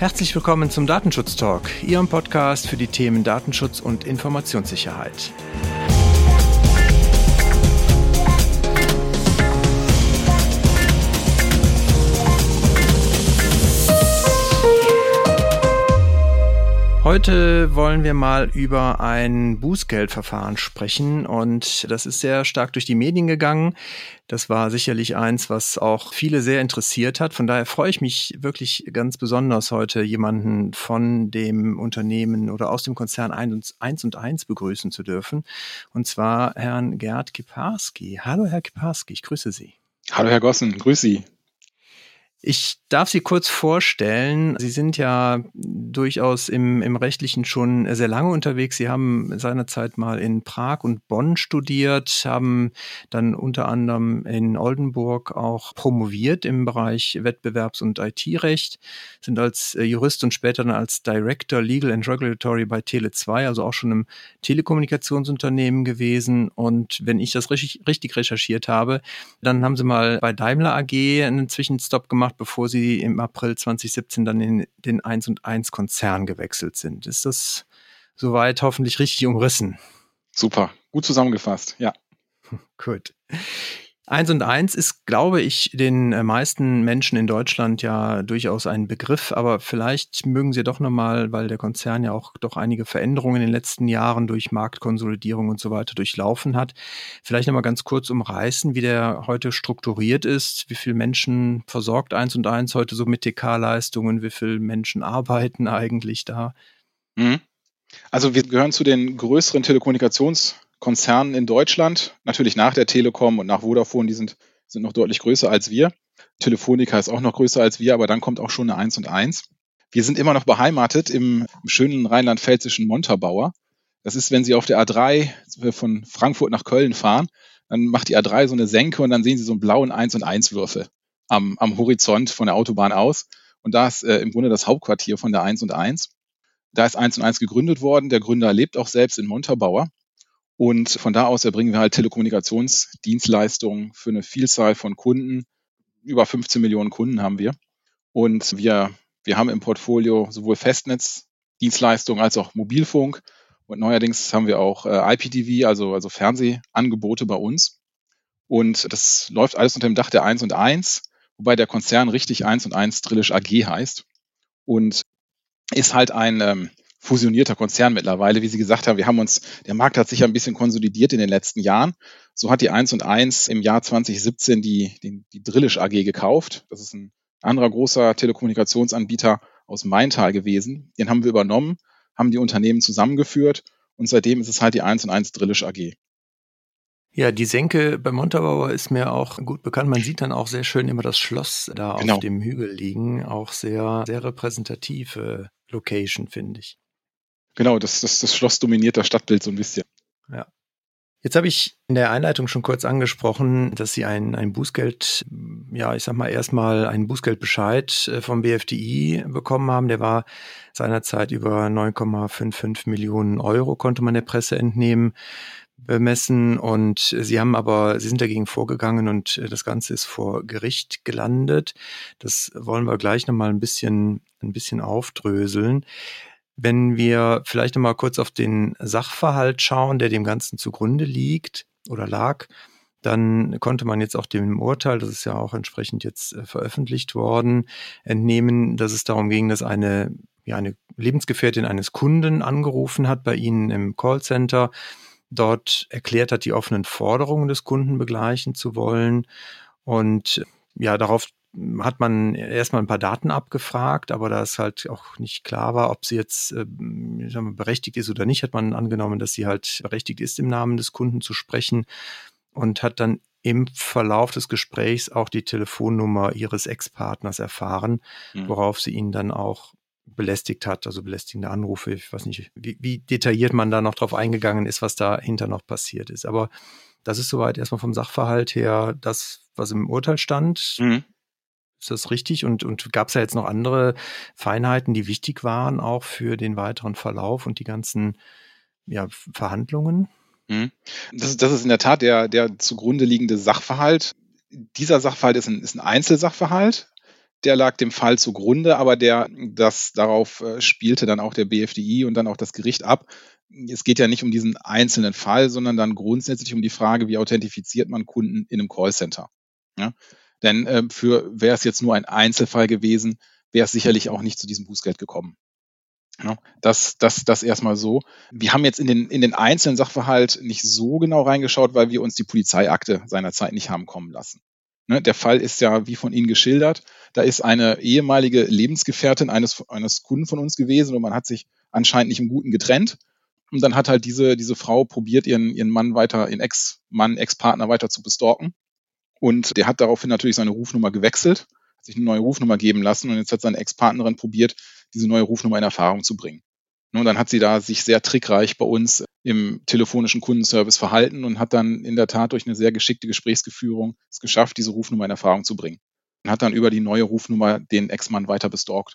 Herzlich willkommen zum Datenschutz Talk, Ihrem Podcast für die Themen Datenschutz und Informationssicherheit. Heute wollen wir mal über ein Bußgeldverfahren sprechen und das ist sehr stark durch die Medien gegangen. Das war sicherlich eins, was auch viele sehr interessiert hat. Von daher freue ich mich wirklich ganz besonders, heute jemanden von dem Unternehmen oder aus dem Konzern 1&1 begrüßen zu dürfen. Und zwar Herrn Gerd Kiparski. Hallo Herr Kiparski, ich grüße Sie. Hallo Herr Gossen, grüß Sie. Ich darf Sie kurz vorstellen. Sie sind ja durchaus im Rechtlichen schon sehr lange unterwegs. Sie haben seinerzeit mal in Prag und Bonn studiert, haben dann unter anderem in Oldenburg auch promoviert im Bereich Wettbewerbs- und IT-Recht, sind als Jurist und später dann als Director Legal and Regulatory bei Tele2, also auch schon im Telekommunikationsunternehmen gewesen. Und wenn ich das richtig recherchiert habe, dann haben Sie mal bei Daimler AG einen Zwischenstopp gemacht, bevor Sie im April 2017 dann in den 1&1-Konzern gewechselt sind. Ist das soweit hoffentlich richtig umrissen? Super, gut zusammengefasst, ja. Gut. 1&1 ist, glaube ich, den meisten Menschen in Deutschland ja durchaus ein Begriff, aber vielleicht mögen Sie doch nochmal, weil der Konzern ja auch doch einige Veränderungen in den letzten Jahren durch Marktkonsolidierung und so weiter durchlaufen hat, vielleicht nochmal ganz kurz umreißen, wie der heute strukturiert ist, wie viele Menschen versorgt 1&1 heute so mit TK-Leistungen, wie viele Menschen arbeiten eigentlich da? Also wir gehören zu den größeren Telekommunikationskonzernen in Deutschland, natürlich nach der Telekom und nach Vodafone, die sind noch deutlich größer als wir. Telefonica ist auch noch größer als wir, aber dann kommt auch schon eine 1&1. Wir sind immer noch beheimatet im schönen rheinland-pfälzischen Montabaur. Das ist, wenn Sie auf der A3 von Frankfurt nach Köln fahren, dann macht die A3 so eine Senke und dann sehen Sie so einen blauen 1&1-Würfel am Horizont von der Autobahn aus. Und da ist im Grunde das Hauptquartier von der 1&1. Da ist 1&1 gegründet worden. Der Gründer lebt auch selbst in Montabaur. Und von da aus erbringen wir halt Telekommunikationsdienstleistungen für eine Vielzahl von Kunden. Über 15 Millionen Kunden haben wir. Und wir haben im Portfolio sowohl Festnetzdienstleistungen als auch Mobilfunk. Und neuerdings haben wir auch IPTV, also Fernsehangebote bei uns. Und das läuft alles unter dem Dach der 1&1, wobei der Konzern richtig 1&1 Drillisch AG heißt. Und ist halt ein fusionierter Konzern mittlerweile. Wie Sie gesagt haben, der Markt hat sich ein bisschen konsolidiert in den letzten Jahren. So hat die 1&1 im Jahr 2017 die Drillisch AG gekauft. Das ist ein anderer großer Telekommunikationsanbieter aus Maintal gewesen. Den haben wir übernommen, haben die Unternehmen zusammengeführt und seitdem ist es halt die 1&1 Drillisch AG. Ja, die Senke bei Montabaur ist mir auch gut bekannt. Man sieht dann auch sehr schön immer das Schloss da auf dem Hügel liegen. Auch sehr, sehr repräsentative Location, finde ich. Genau, das Schloss dominiert das Stadtbild so ein bisschen. Ja. Jetzt habe ich in der Einleitung schon kurz angesprochen, dass Sie ein Bußgeld, erstmal einen Bußgeldbescheid vom BFDI bekommen haben. Der war seinerzeit über 9,55 Millionen Euro, konnte man der Presse entnehmen, bemessen. Und Sie sind dagegen vorgegangen und das Ganze ist vor Gericht gelandet. Das wollen wir gleich nochmal ein bisschen aufdröseln. Wenn wir vielleicht nochmal kurz auf den Sachverhalt schauen, der dem Ganzen zugrunde liegt oder lag, dann konnte man jetzt auch dem Urteil, das ist ja auch entsprechend jetzt veröffentlicht worden, entnehmen, dass es darum ging, dass eine Lebensgefährtin eines Kunden angerufen hat bei Ihnen im Callcenter, dort erklärt hat, die offenen Forderungen des Kunden begleichen zu wollen. Und ja, darauf hat man erstmal ein paar Daten abgefragt, aber da es halt auch nicht klar war, ob sie jetzt berechtigt ist oder nicht, hat man angenommen, dass sie halt berechtigt ist, im Namen des Kunden zu sprechen und hat dann im Verlauf des Gesprächs auch die Telefonnummer ihres Ex-Partners erfahren, worauf sie ihn dann auch belästigt hat, also belästigende Anrufe. Ich weiß nicht, wie detailliert man da noch drauf eingegangen ist, was dahinter noch passiert ist. Aber das ist soweit erstmal vom Sachverhalt her das, was im Urteil stand. Ist das richtig? Und gab es ja jetzt noch andere Feinheiten, die wichtig waren, auch für den weiteren Verlauf und die ganzen Verhandlungen? Das ist in der Tat der zugrunde liegende Sachverhalt. Dieser Sachverhalt ist ein Einzelsachverhalt. der lag dem Fall zugrunde, aber darauf spielte dann auch der BfDI und dann auch das Gericht ab. Es geht ja nicht um diesen einzelnen Fall, sondern dann grundsätzlich um die Frage, wie authentifiziert man Kunden in einem Callcenter. Ja? Denn wäre es jetzt nur ein Einzelfall gewesen, wäre es sicherlich auch nicht zu diesem Bußgeld gekommen. Ja, das erstmal so. Wir haben jetzt in den einzelnen Sachverhalt nicht so genau reingeschaut, weil wir uns die Polizeiakte seinerzeit nicht haben kommen lassen. Ne, der Fall ist ja wie von Ihnen geschildert. Da ist eine ehemalige Lebensgefährtin eines Kunden von uns gewesen und man hat sich anscheinend nicht im Guten getrennt. Und dann hat halt diese Frau probiert, ihren Mann weiter, ihren Ex-Partner weiter zu bestalken. Und der hat daraufhin natürlich seine Rufnummer gewechselt, hat sich eine neue Rufnummer geben lassen und jetzt hat seine Ex-Partnerin probiert, diese neue Rufnummer in Erfahrung zu bringen. Und dann hat sie da sich sehr trickreich bei uns im telefonischen Kundenservice verhalten und hat dann in der Tat durch eine sehr geschickte Gesprächsführung es geschafft, diese Rufnummer in Erfahrung zu bringen. Und hat dann über die neue Rufnummer den Ex-Mann weiter bestalkt.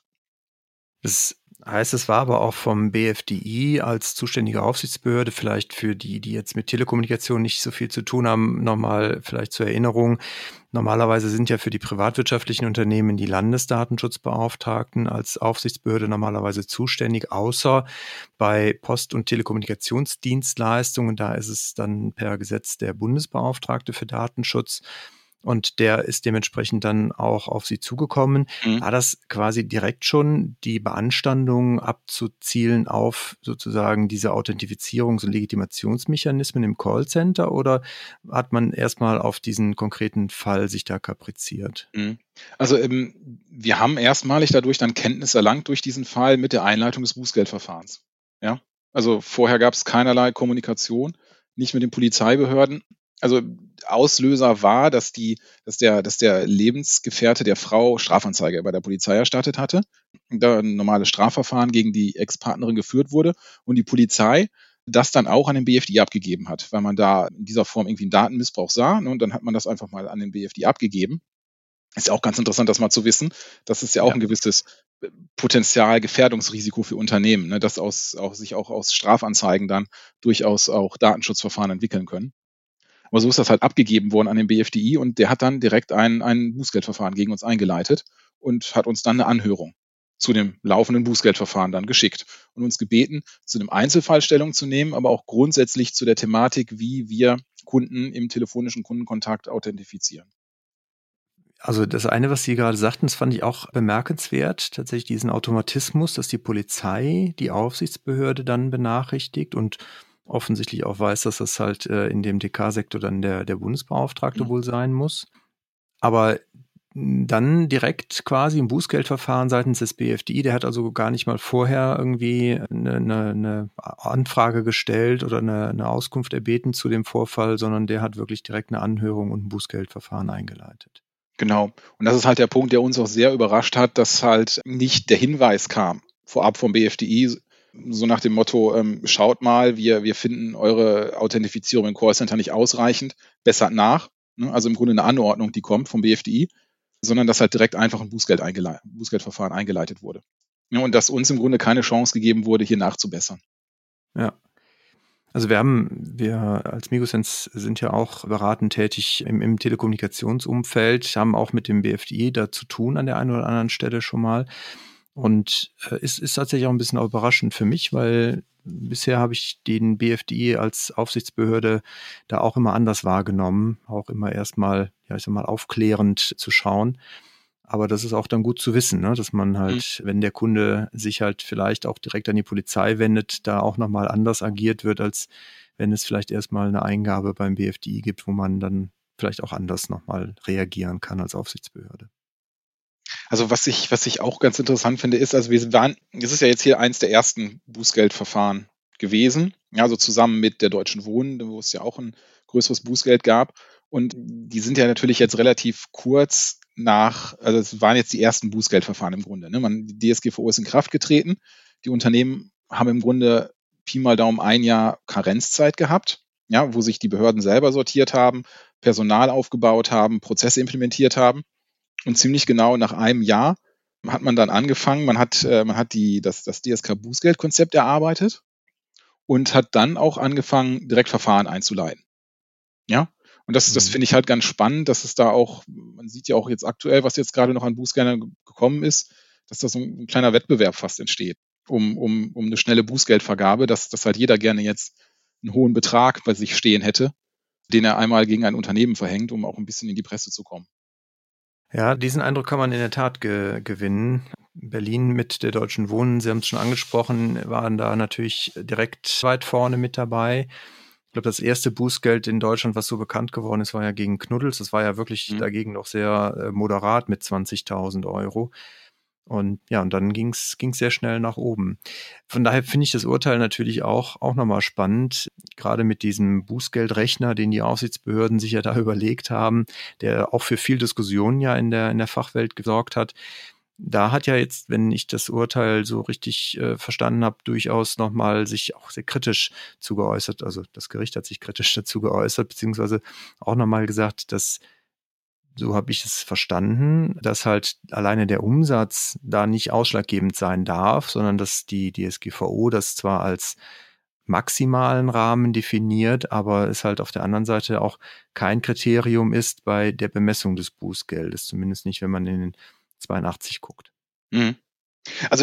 Das heißt, es war aber auch vom BfDI als zuständige Aufsichtsbehörde, vielleicht für die jetzt mit Telekommunikation nicht so viel zu tun haben, nochmal vielleicht zur Erinnerung. Normalerweise sind ja für die privatwirtschaftlichen Unternehmen die Landesdatenschutzbeauftragten als Aufsichtsbehörde normalerweise zuständig, außer bei Post- und Telekommunikationsdienstleistungen. Da ist es dann per Gesetz der Bundesbeauftragte für Datenschutz. Und der ist dementsprechend dann auch auf Sie zugekommen. War das quasi direkt schon die Beanstandung abzuzielen auf sozusagen diese Authentifizierungs- und Legitimationsmechanismen im Callcenter oder hat man erstmal auf diesen konkreten Fall sich da kapriziert? Also wir haben erstmalig dadurch dann Kenntnis erlangt durch diesen Fall mit der Einleitung des Bußgeldverfahrens. Ja? Also vorher gab es keinerlei Kommunikation, nicht mit den Polizeibehörden. Also Auslöser war, dass der Lebensgefährte der Frau Strafanzeige bei der Polizei erstattet hatte, da ein normales Strafverfahren gegen die Ex-Partnerin geführt wurde und die Polizei das dann auch an den BfDI abgegeben hat, weil man da in dieser Form irgendwie einen Datenmissbrauch sah, ne, und dann hat man das einfach mal an den BfDI abgegeben. Ist ja auch ganz interessant, das mal zu wissen. Das ist ja auch ein gewisses Potenzial, Gefährdungsrisiko für Unternehmen, ne, dass sich auch aus Strafanzeigen dann durchaus auch Datenschutzverfahren entwickeln können. Aber so ist das halt abgegeben worden an den BfDI und der hat dann direkt ein Bußgeldverfahren gegen uns eingeleitet und hat uns dann eine Anhörung zu dem laufenden Bußgeldverfahren dann geschickt und uns gebeten, zu dem Einzelfall Stellung zu nehmen, aber auch grundsätzlich zu der Thematik, wie wir Kunden im telefonischen Kundenkontakt authentifizieren. Also das eine, was Sie gerade sagten, das fand ich auch bemerkenswert, tatsächlich diesen Automatismus, dass die Polizei die Aufsichtsbehörde dann benachrichtigt und offensichtlich auch weiß, dass das halt in dem DK-Sektor dann der Bundesbeauftragte wohl sein muss. Aber dann direkt quasi im Bußgeldverfahren seitens des BfDI, der hat also gar nicht mal vorher irgendwie eine Anfrage gestellt oder eine Auskunft erbeten zu dem Vorfall, sondern der hat wirklich direkt eine Anhörung und ein Bußgeldverfahren eingeleitet. Genau. Und das ist halt der Punkt, der uns auch sehr überrascht hat, dass halt nicht der Hinweis kam, vorab vom BfDI, so nach dem Motto, schaut mal, wir finden eure Authentifizierung im Callcenter nicht ausreichend, bessert nach. Ne? Also im Grunde eine Anordnung, die kommt vom BfDI, sondern dass halt direkt einfach ein Bußgeldverfahren eingeleitet wurde. Ja, und dass uns im Grunde keine Chance gegeben wurde, hier nachzubessern. Ja. Also wir als Migosense sind ja auch beratend tätig im Telekommunikationsumfeld, haben auch mit dem BfDI da zu tun an der einen oder anderen Stelle schon mal. Und es ist tatsächlich auch ein bisschen überraschend für mich, weil bisher habe ich den BfDI als Aufsichtsbehörde da auch immer anders wahrgenommen, auch immer erstmal, ja, ich sag mal, aufklärend zu schauen. Aber das ist auch dann gut zu wissen, ne? Dass man halt, wenn der Kunde sich halt vielleicht auch direkt an die Polizei wendet, da auch nochmal anders agiert wird, als wenn es vielleicht erstmal eine Eingabe beim BfDI gibt, wo man dann vielleicht auch anders nochmal reagieren kann als Aufsichtsbehörde. Also was ich auch ganz interessant finde, ist, also es ist ja jetzt hier eins der ersten Bußgeldverfahren gewesen, ja, also zusammen mit der Deutschen Wohnen, wo es ja auch ein größeres Bußgeld gab. Und die sind ja natürlich jetzt relativ kurz also es waren jetzt die ersten Bußgeldverfahren im Grunde. Ne? Die DSGVO ist in Kraft getreten. Die Unternehmen haben im Grunde Pi mal Daumen ein Jahr Karenzzeit gehabt, ja, wo sich die Behörden selber sortiert haben, Personal aufgebaut haben, Prozesse implementiert haben. Und ziemlich genau nach einem Jahr hat man dann angefangen, man hat das DSK-Bußgeldkonzept erarbeitet und hat dann auch angefangen, direkt Verfahren einzuleiten. Ja? Und das finde ich halt ganz spannend, dass es da auch, man sieht ja auch jetzt aktuell, was jetzt gerade noch an Bußgeldern gekommen ist, dass da so ein kleiner Wettbewerb fast entsteht, um eine schnelle Bußgeldvergabe, dass halt jeder gerne jetzt einen hohen Betrag bei sich stehen hätte, den er einmal gegen ein Unternehmen verhängt, um auch ein bisschen in die Presse zu kommen. Ja, diesen Eindruck kann man in der Tat gewinnen. Berlin mit der Deutschen Wohnen, Sie haben es schon angesprochen, waren da natürlich direkt weit vorne mit dabei. Ich glaube, das erste Bußgeld in Deutschland, was so bekannt geworden ist, war ja gegen Knuddels. Das war ja wirklich dagegen noch sehr moderat mit 20.000 Euro. Und ja, und dann ging's sehr schnell nach oben. Von daher finde ich das Urteil natürlich auch nochmal spannend, gerade mit diesem Bußgeldrechner, den die Aufsichtsbehörden sich ja da überlegt haben, der auch für viel Diskussion ja in der Fachwelt gesorgt hat. Da hat ja jetzt, wenn ich das Urteil so richtig verstanden habe, durchaus nochmal sich auch sehr kritisch zu geäußert. Also das Gericht hat sich kritisch dazu geäußert, beziehungsweise auch nochmal gesagt, dass, so habe ich es verstanden, dass halt alleine der Umsatz da nicht ausschlaggebend sein darf, sondern dass die DSGVO das zwar als maximalen Rahmen definiert, aber es halt auf der anderen Seite auch kein Kriterium ist bei der Bemessung des Bußgeldes, zumindest nicht, wenn man in den 82 guckt. Mhm. Also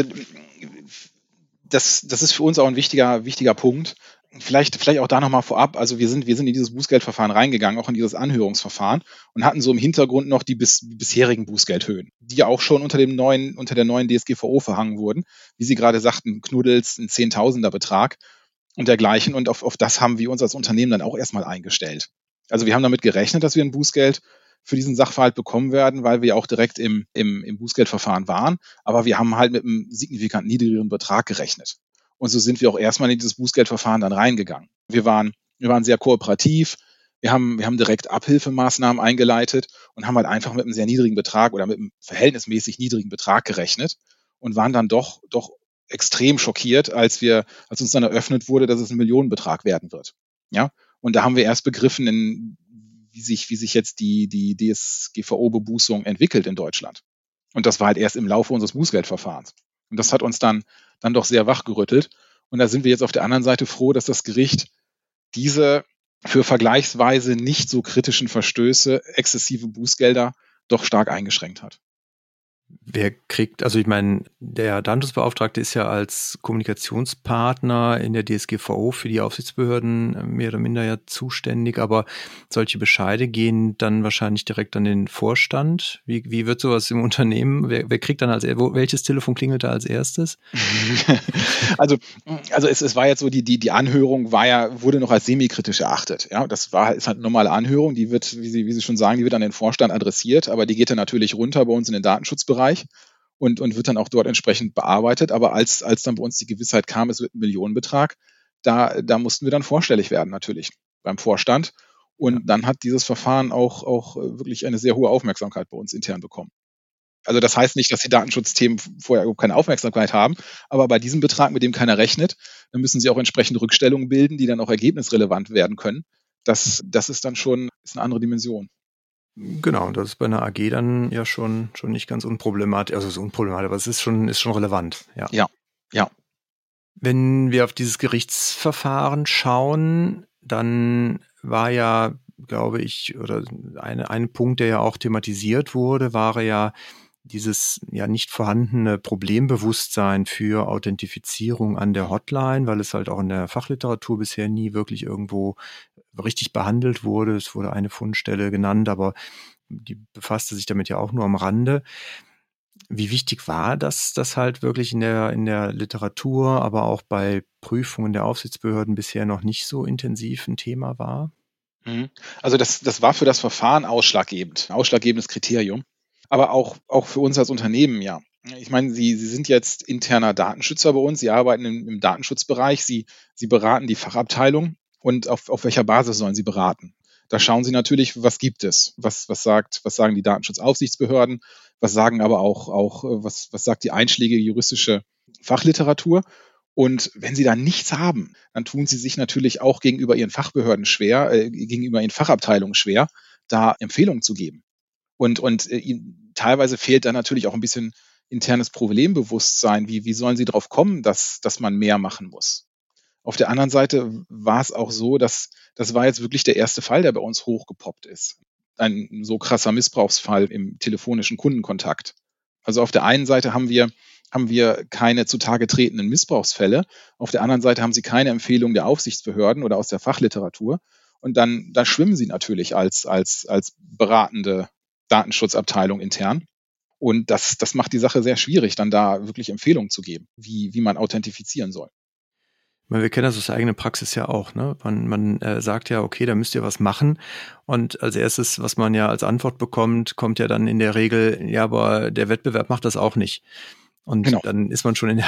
das ist für uns auch ein wichtiger Punkt. Vielleicht auch da nochmal vorab. Also wir sind in dieses Bußgeldverfahren reingegangen, auch in dieses Anhörungsverfahren und hatten so im Hintergrund noch die bisherigen Bußgeldhöhen, die ja auch schon unter der neuen DSGVO verhangen wurden. Wie Sie gerade sagten, Knuddels, ein Zehntausender Betrag und dergleichen. Und auf das haben wir uns als Unternehmen dann auch erstmal eingestellt. Also wir haben damit gerechnet, dass wir ein Bußgeld für diesen Sachverhalt bekommen werden, weil wir auch direkt im Bußgeldverfahren waren. Aber wir haben halt mit einem signifikant niedrigeren Betrag gerechnet. Und so sind wir auch erstmal in dieses Bußgeldverfahren dann reingegangen. Wir waren sehr kooperativ. Wir haben direkt Abhilfemaßnahmen eingeleitet und haben halt einfach mit einem sehr niedrigen Betrag oder mit einem verhältnismäßig niedrigen Betrag gerechnet und waren dann doch extrem schockiert, als uns dann eröffnet wurde, dass es ein Millionenbetrag werden wird. Ja, und da haben wir erst begriffen, wie sich jetzt die DSGVO-Bebußung entwickelt in Deutschland. Und das war halt erst im Laufe unseres Bußgeldverfahrens. Und das hat uns dann doch sehr wachgerüttelt. Und da sind wir jetzt auf der anderen Seite froh, dass das Gericht diese für vergleichsweise nicht so kritischen Verstöße exzessive Bußgelder doch stark eingeschränkt hat. Wer kriegt, also ich meine, der Datenschutzbeauftragte ist ja als Kommunikationspartner in der DSGVO für die Aufsichtsbehörden mehr oder minder ja zuständig, aber solche Bescheide gehen dann wahrscheinlich direkt an den Vorstand. Wie wird sowas im Unternehmen? Wer kriegt dann welches Telefon klingelt da als erstes? Also es war jetzt so, die Anhörung wurde noch als semi-kritisch erachtet. Ja, ist halt eine normale Anhörung, die wird, wie Sie schon sagen, die wird an den Vorstand adressiert, aber die geht dann natürlich runter bei uns in den Datenschutzbereich und wird dann auch dort entsprechend bearbeitet. Aber als dann bei uns die Gewissheit kam, es wird ein Millionenbetrag, da mussten wir dann vorstellig werden natürlich beim Vorstand. Und dann hat dieses Verfahren auch wirklich eine sehr hohe Aufmerksamkeit bei uns intern bekommen. Also das heißt nicht, dass die Datenschutzthemen vorher keine Aufmerksamkeit haben, aber bei diesem Betrag, mit dem keiner rechnet, dann müssen sie auch entsprechende Rückstellungen bilden, die dann auch ergebnisrelevant werden können. Das ist dann schon eine andere Dimension. Genau, das ist bei einer AG dann ja schon nicht ganz unproblematisch, also so unproblematisch, aber es ist schon relevant. Ja. Wenn wir auf dieses Gerichtsverfahren schauen, dann war ja, glaube ich, oder ein Punkt, der ja auch thematisiert wurde, war ja dieses ja nicht vorhandene Problembewusstsein für Authentifizierung an der Hotline, weil es halt auch in der Fachliteratur bisher nie wirklich irgendwo richtig behandelt wurde. Es wurde eine Fundstelle genannt, aber die befasste sich damit ja auch nur am Rande. Wie wichtig war das halt wirklich in der Literatur, aber auch bei Prüfungen der Aufsichtsbehörden bisher noch nicht so intensiv ein Thema war? Also das war für das Verfahren ausschlaggebend, ein ausschlaggebendes Kriterium. Aber auch für uns als Unternehmen, ja. Ich meine, Sie sind jetzt interner Datenschützer bei uns, Sie arbeiten im Datenschutzbereich, Sie beraten die Fachabteilung und auf welcher Basis sollen Sie beraten? Da schauen Sie natürlich, was gibt es? Was sagen die Datenschutzaufsichtsbehörden? Was sagen aber was sagt die einschlägige juristische Fachliteratur? Und wenn Sie da nichts haben, dann tun Sie sich natürlich auch gegenüber Ihren Fachbehörden schwer, gegenüber Ihren Fachabteilungen schwer, da Empfehlungen zu geben. Und teilweise fehlt da natürlich auch ein bisschen internes Problembewusstsein. Wie sollen Sie darauf kommen, dass man mehr machen muss? Auf der anderen Seite war es auch so, dass das war jetzt wirklich der erste Fall, der bei uns hochgepoppt ist. Ein so krasser Missbrauchsfall im telefonischen Kundenkontakt. Also auf der einen Seite haben wir keine zutage tretenden Missbrauchsfälle. Auf der anderen Seite haben sie keine Empfehlung der Aufsichtsbehörden oder aus der Fachliteratur. Und dann schwimmen sie natürlich als beratende Datenschutzabteilung intern. Und das macht die Sache sehr schwierig, dann da wirklich Empfehlungen zu geben, wie man authentifizieren soll. Wir kennen das aus der eigenen Praxis ja auch, ne? Man sagt ja, okay, da müsst ihr was machen. Und als erstes, was man ja als Antwort bekommt, kommt ja dann in der Regel, ja, aber der Wettbewerb macht das auch nicht. Und Genau. dann ist man schon in der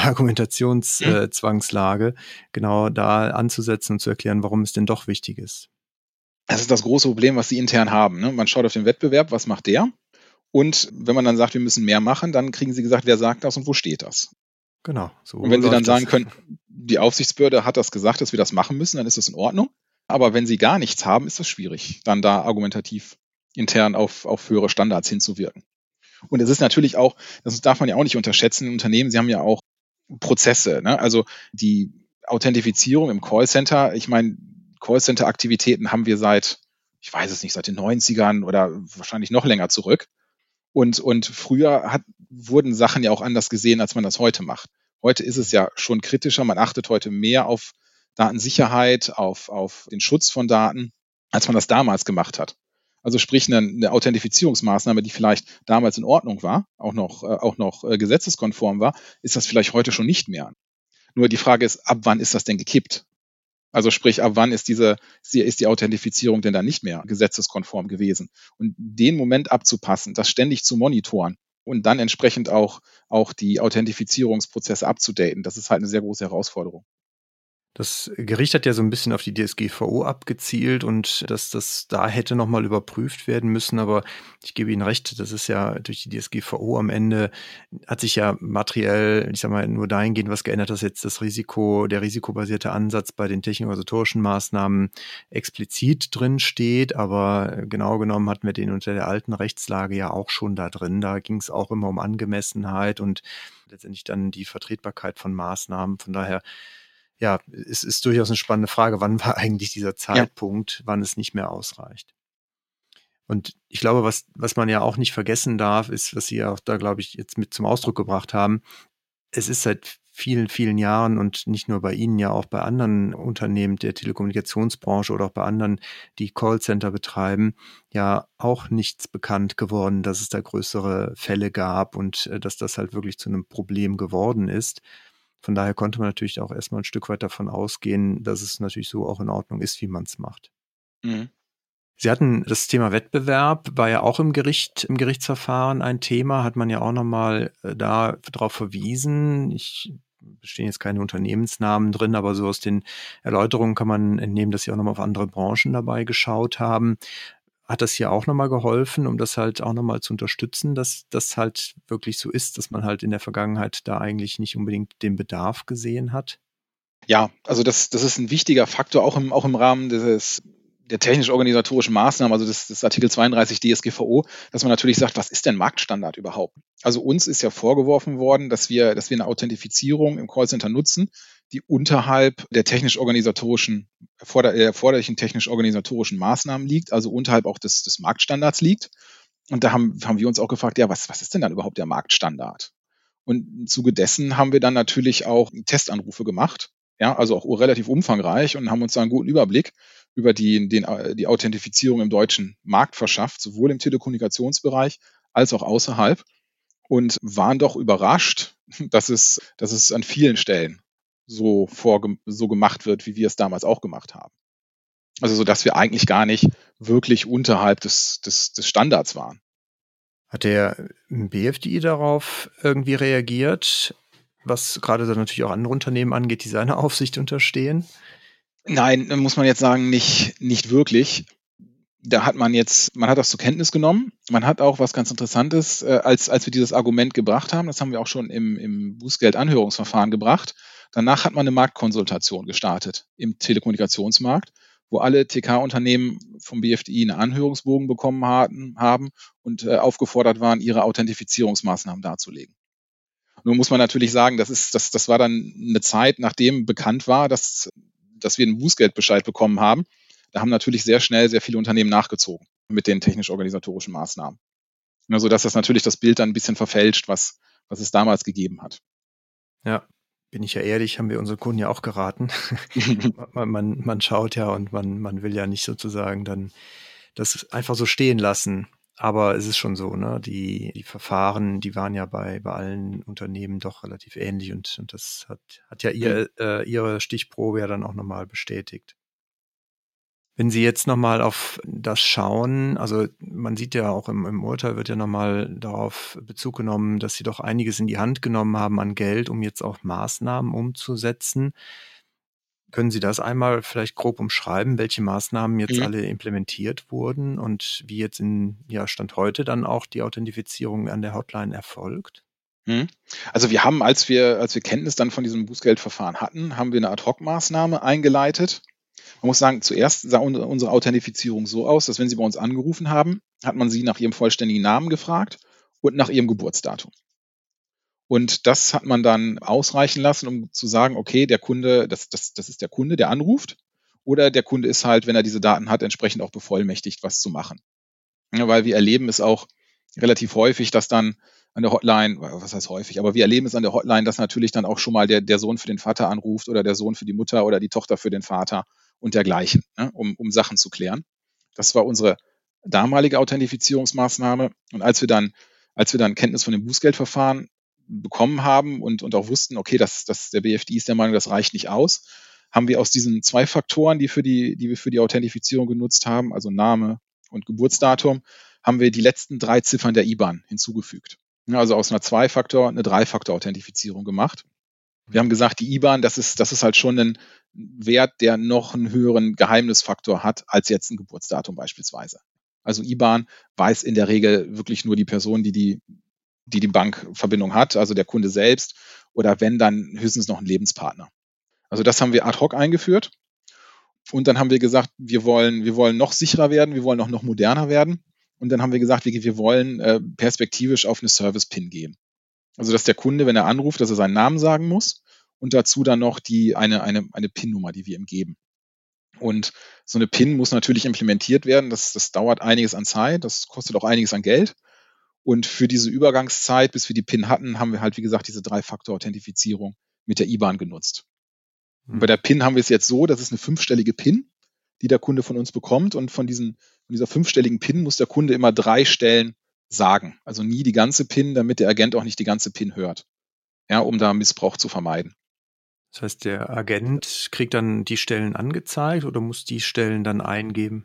Argumentationszwangslage, genau da anzusetzen und zu erklären, warum es denn doch wichtig ist. Das ist das große Problem, was sie intern haben. Ne? Man schaut auf den Wettbewerb, was macht der? Und wenn man dann sagt, wir müssen mehr machen, dann kriegen sie gesagt, wer sagt das und wo steht das? Genau, so Und wenn sie dann läuft das. sagen können, die Aufsichtsbehörde hat das gesagt, dass wir das machen müssen, dann ist das in Ordnung. Aber wenn sie gar nichts haben, ist das schwierig, dann da argumentativ intern auf höhere Standards hinzuwirken. Und es ist natürlich auch, das darf man ja auch nicht unterschätzen, Unternehmen, sie haben ja auch Prozesse. Ne? Also die Authentifizierung im Callcenter, ich meine, Callcenter-Aktivitäten haben wir seit, ich weiß es nicht, seit den 90ern oder wahrscheinlich noch länger zurück. Und früher wurden Sachen ja auch anders gesehen, als man das heute macht. Heute ist es ja schon kritischer. Man achtet heute mehr auf Datensicherheit, auf den Schutz von Daten, als man das damals gemacht hat. Also sprich eine Authentifizierungsmaßnahme, die vielleicht damals in Ordnung war, auch noch gesetzeskonform war, ist das vielleicht heute schon nicht mehr. Nur die Frage ist, ab wann ist das denn gekippt? Also sprich, ab wann ist die Authentifizierung denn dann nicht mehr gesetzeskonform gewesen? Und den Moment abzupassen, das ständig zu monitoren und dann entsprechend auch die Authentifizierungsprozesse abzudaten, das ist halt eine sehr große Herausforderung. Das Gericht hat ja so ein bisschen auf die DSGVO abgezielt und dass das da hätte noch mal überprüft werden müssen. Aber ich gebe Ihnen recht, das ist ja durch die DSGVO am Ende hat sich ja materiell, ich sage mal, nur dahingehend was geändert, dass jetzt der risikobasierte Ansatz bei den technisch-organisatorischen Maßnahmen explizit drin steht. Aber genau genommen hatten wir den unter der alten Rechtslage ja auch schon da drin. Da ging es auch immer um Angemessenheit und letztendlich dann die Vertretbarkeit von Maßnahmen. Von daher ja, es ist durchaus eine spannende Frage, wann war eigentlich dieser Zeitpunkt, wann es nicht mehr ausreicht. Und ich glaube, was man ja auch nicht vergessen darf, ist, was Sie auch da, glaube ich, jetzt mit zum Ausdruck gebracht haben, es ist seit vielen, vielen Jahren und nicht nur bei Ihnen, ja auch bei anderen Unternehmen der Telekommunikationsbranche oder auch bei anderen, die Callcenter betreiben, ja auch nichts bekannt geworden, dass es da größere Fälle gab und dass das halt wirklich zu einem Problem geworden ist. Von daher konnte man natürlich auch erstmal ein Stück weit davon ausgehen, dass es natürlich so auch in Ordnung ist, wie man es macht. Mhm. Sie hatten das Thema Wettbewerb, war ja auch im Gerichtsverfahren ein Thema, hat man ja auch nochmal da darauf verwiesen. Stehen jetzt keine Unternehmensnamen drin, aber so aus den Erläuterungen kann man entnehmen, dass Sie auch nochmal auf andere Branchen dabei geschaut haben. Hat das hier auch nochmal geholfen, um das halt auch nochmal zu unterstützen, dass das halt wirklich so ist, dass man halt in der Vergangenheit da eigentlich nicht unbedingt den Bedarf gesehen hat? Ja, also das ist ein wichtiger Faktor, auch im Rahmen der technisch-organisatorischen Maßnahmen, also des Artikel 32 DSGVO, dass man natürlich sagt, was ist denn Marktstandard überhaupt? Also uns ist ja vorgeworfen worden, dass wir eine Authentifizierung im Callcenter nutzen, die unterhalb der erforderlichen technisch-organisatorischen Maßnahmen liegt, also unterhalb auch des Marktstandards liegt. Und da haben wir uns auch gefragt, ja, was ist denn dann überhaupt der Marktstandard? Und im Zuge dessen haben wir dann natürlich auch Testanrufe gemacht, ja, also auch relativ umfangreich und haben uns da einen guten Überblick über die Authentifizierung im deutschen Markt verschafft, sowohl im Telekommunikationsbereich als auch außerhalb und waren doch überrascht, dass es an vielen Stellen so gemacht wird, wie wir es damals auch gemacht haben. Also so, dass wir eigentlich gar nicht wirklich unterhalb des Standards waren. Hat der BFDI darauf irgendwie reagiert, was gerade dann natürlich auch andere Unternehmen angeht, die seiner Aufsicht unterstehen? Nein, muss man jetzt sagen, nicht wirklich. Man hat das zur Kenntnis genommen. Man hat auch was ganz Interessantes, als wir dieses Argument gebracht haben, das haben wir auch schon im Bußgeldanhörungsverfahren gebracht. Danach hat man eine Marktkonsultation gestartet im Telekommunikationsmarkt, wo alle TK-Unternehmen vom BFDI einen Anhörungsbogen bekommen haben und aufgefordert waren, ihre Authentifizierungsmaßnahmen darzulegen. Nun muss man natürlich sagen, das war dann eine Zeit, nachdem bekannt war, dass wir einen Bußgeldbescheid bekommen haben. Da haben natürlich sehr schnell sehr viele Unternehmen nachgezogen mit den technisch-organisatorischen Maßnahmen. Ja, sodass das natürlich das Bild dann ein bisschen verfälscht, was es damals gegeben hat. Ja, bin ich ja ehrlich, haben wir unseren Kunden ja auch geraten. Man schaut ja und man will ja nicht sozusagen dann das einfach so stehen lassen. Aber es ist schon so, ne? Die Verfahren, die waren ja bei allen Unternehmen doch relativ ähnlich und das hat ja ihre Stichprobe ja dann auch nochmal bestätigt. Wenn Sie jetzt nochmal auf das schauen, also man sieht ja auch im Urteil wird ja nochmal darauf Bezug genommen, dass Sie doch einiges in die Hand genommen haben an Geld, um jetzt auch Maßnahmen umzusetzen. Können Sie das einmal vielleicht grob umschreiben, welche Maßnahmen jetzt Mhm. alle implementiert wurden und wie jetzt Stand heute dann auch die Authentifizierung an der Hotline erfolgt? Mhm. Also wir haben, als wir Kenntnis dann von diesem Bußgeldverfahren hatten, haben wir eine Ad-hoc-Maßnahme eingeleitet. Man muss sagen, zuerst sah unsere Authentifizierung so aus, dass wenn Sie bei uns angerufen haben, hat man Sie nach Ihrem vollständigen Namen gefragt und nach Ihrem Geburtsdatum. Und das hat man dann ausreichen lassen, um zu sagen, okay, der Kunde, das ist der Kunde, der anruft, oder der Kunde ist halt, wenn er diese Daten hat, entsprechend auch bevollmächtigt, was zu machen. Ja, weil wir erleben es auch relativ häufig, dass dann an der Hotline, was heißt häufig, aber wir erleben es an der Hotline, dass natürlich dann auch schon mal der Sohn für den Vater anruft oder der Sohn für die Mutter oder die Tochter für den Vater und dergleichen, ne, um Sachen zu klären. Das war unsere damalige Authentifizierungsmaßnahme. Und als wir dann Kenntnis von dem Bußgeldverfahren bekommen haben und auch wussten, okay, der BFDI ist der Meinung, das reicht nicht aus, haben wir aus diesen 2 Faktoren, die wir für die Authentifizierung genutzt haben, also Name und Geburtsdatum, haben wir die letzten 3 Ziffern der IBAN hinzugefügt. Ja, also aus einer 2-Faktor eine 3-Faktor-Authentifizierung gemacht. Wir haben gesagt, die IBAN, das ist halt schon ein Wert, der noch einen höheren Geheimnisfaktor hat als jetzt ein Geburtsdatum beispielsweise. Also IBAN weiß in der Regel wirklich nur die Person, die Bankverbindung hat, also der Kunde selbst, oder wenn, dann höchstens noch ein Lebenspartner. Also das haben wir ad hoc eingeführt. Und dann haben wir gesagt, wir wollen noch sicherer werden, wir wollen auch noch moderner werden. Und dann haben wir gesagt, wir wollen perspektivisch auf eine Service-PIN gehen. Also dass der Kunde, wenn er anruft, dass er seinen Namen sagen muss und dazu dann noch eine PIN-Nummer, die wir ihm geben. Und so eine PIN muss natürlich implementiert werden. Das dauert einiges an Zeit, das kostet auch einiges an Geld. Und für diese Übergangszeit, bis wir die PIN hatten, haben wir halt, wie gesagt, diese 3-Faktor-Authentifizierung mit der IBAN genutzt. Und bei Hm. der PIN haben wir es jetzt so, das ist eine 5-stellige PIN, die der Kunde von uns bekommt. Und von dieser 5-stelligen PIN muss der Kunde immer 3 Stellen sagen. Also nie die ganze PIN, damit der Agent auch nicht die ganze PIN hört. Ja, um da Missbrauch zu vermeiden. Das heißt, der Agent kriegt dann die Stellen angezeigt oder muss die Stellen dann eingeben?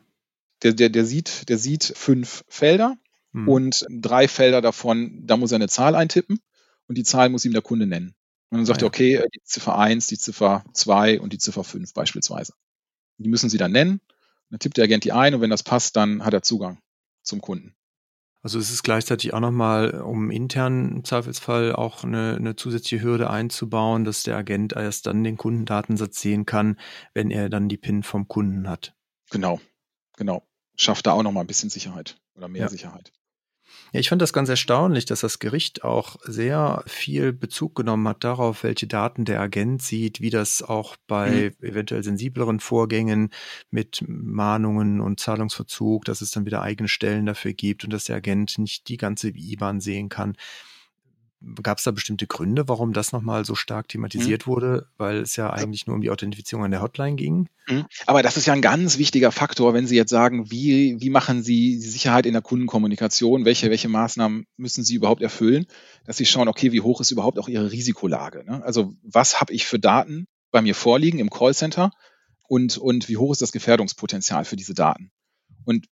Der sieht 5 Felder Hm. und 3 Felder davon, da muss er eine Zahl eintippen und die Zahl muss ihm der Kunde nennen. Und dann Ah sagt er, ja. okay, die Ziffer 1, die Ziffer 2 und die Ziffer 5 beispielsweise. Die müssen Sie dann nennen. Dann tippt der Agent die ein und wenn das passt, dann hat er Zugang zum Kunden. Also es ist gleichzeitig auch nochmal, um intern im Zweifelsfall auch eine zusätzliche Hürde einzubauen, dass der Agent erst dann den Kundendatensatz sehen kann, wenn er dann die PIN vom Kunden hat. Genau. Schafft da auch noch mal ein bisschen Sicherheit oder mehr Ja. Sicherheit. Ja, ich fand das ganz erstaunlich, dass das Gericht auch sehr viel Bezug genommen hat darauf, welche Daten der Agent sieht, wie das auch Mhm. bei eventuell sensibleren Vorgängen mit Mahnungen und Zahlungsverzug, dass es dann wieder eigene Stellen dafür gibt und dass der Agent nicht die ganze IBAN sehen kann. Gab es da bestimmte Gründe, warum das nochmal so stark Mhm. thematisiert wurde? Weil es ja eigentlich nur um die Authentifizierung an der Hotline ging? Aber das ist ja ein ganz wichtiger Faktor, wenn Sie jetzt sagen, wie machen Sie die Sicherheit in der Kundenkommunikation? Welche Maßnahmen müssen Sie überhaupt erfüllen? Dass Sie schauen, okay, wie hoch ist überhaupt auch Ihre Risikolage, ne? Also, was habe ich für Daten bei mir vorliegen im Callcenter und wie hoch ist das Gefährdungspotenzial für diese Daten? Und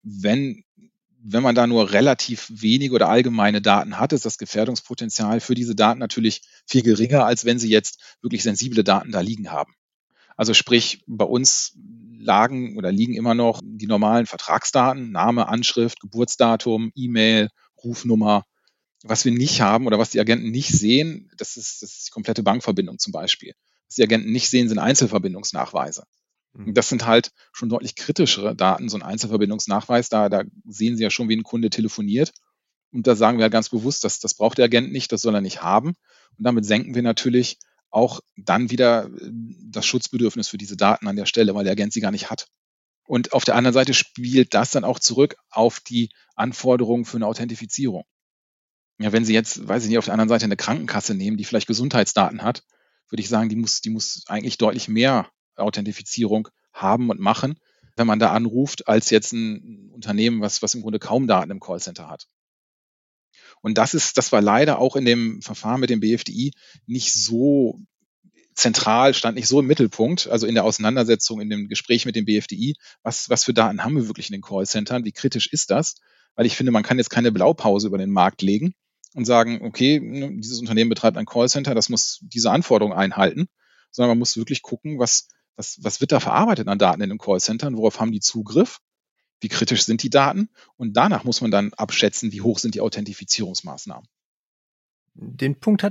wenn man da nur relativ wenige oder allgemeine Daten hat, ist das Gefährdungspotenzial für diese Daten natürlich viel geringer, als wenn Sie jetzt wirklich sensible Daten da liegen haben. Also sprich, bei uns liegen immer noch die normalen Vertragsdaten, Name, Anschrift, Geburtsdatum, E-Mail, Rufnummer. Was wir nicht haben oder was die Agenten nicht sehen, das ist die komplette Bankverbindung zum Beispiel. Was die Agenten nicht sehen, sind Einzelverbindungsnachweise. Und Mhm. das sind halt schon deutlich kritischere Daten, so ein Einzelverbindungsnachweis. Da sehen Sie ja schon, wie ein Kunde telefoniert. Und da sagen wir halt ganz bewusst, das braucht der Agent nicht, das soll er nicht haben. Und damit senken wir natürlich auch dann wieder das Schutzbedürfnis für diese Daten an der Stelle, weil der Agent sie gar nicht hat. Und auf der anderen Seite spielt das dann auch zurück auf die Anforderungen für eine Authentifizierung. Ja, wenn Sie jetzt, weiß ich nicht, auf der anderen Seite eine Krankenkasse nehmen, die vielleicht Gesundheitsdaten hat, würde ich sagen, die muss eigentlich deutlich mehr Authentifizierung haben und machen, wenn man da anruft, als jetzt ein Unternehmen, was im Grunde kaum Daten im Callcenter hat. Und das war leider auch in dem Verfahren mit dem BFDI nicht so zentral, stand nicht so im Mittelpunkt, also in der Auseinandersetzung, in dem Gespräch mit dem BFDI, was für Daten haben wir wirklich in den Callcentern, wie kritisch ist das? Weil ich finde, man kann jetzt keine Blaupause über den Markt legen und sagen, okay, dieses Unternehmen betreibt ein Callcenter, das muss diese Anforderungen einhalten, sondern man muss wirklich gucken, was wird da verarbeitet an Daten in den Callcentern, worauf haben die Zugriff, wie kritisch sind die Daten und danach muss man dann abschätzen, wie hoch sind die Authentifizierungsmaßnahmen. Den Punkt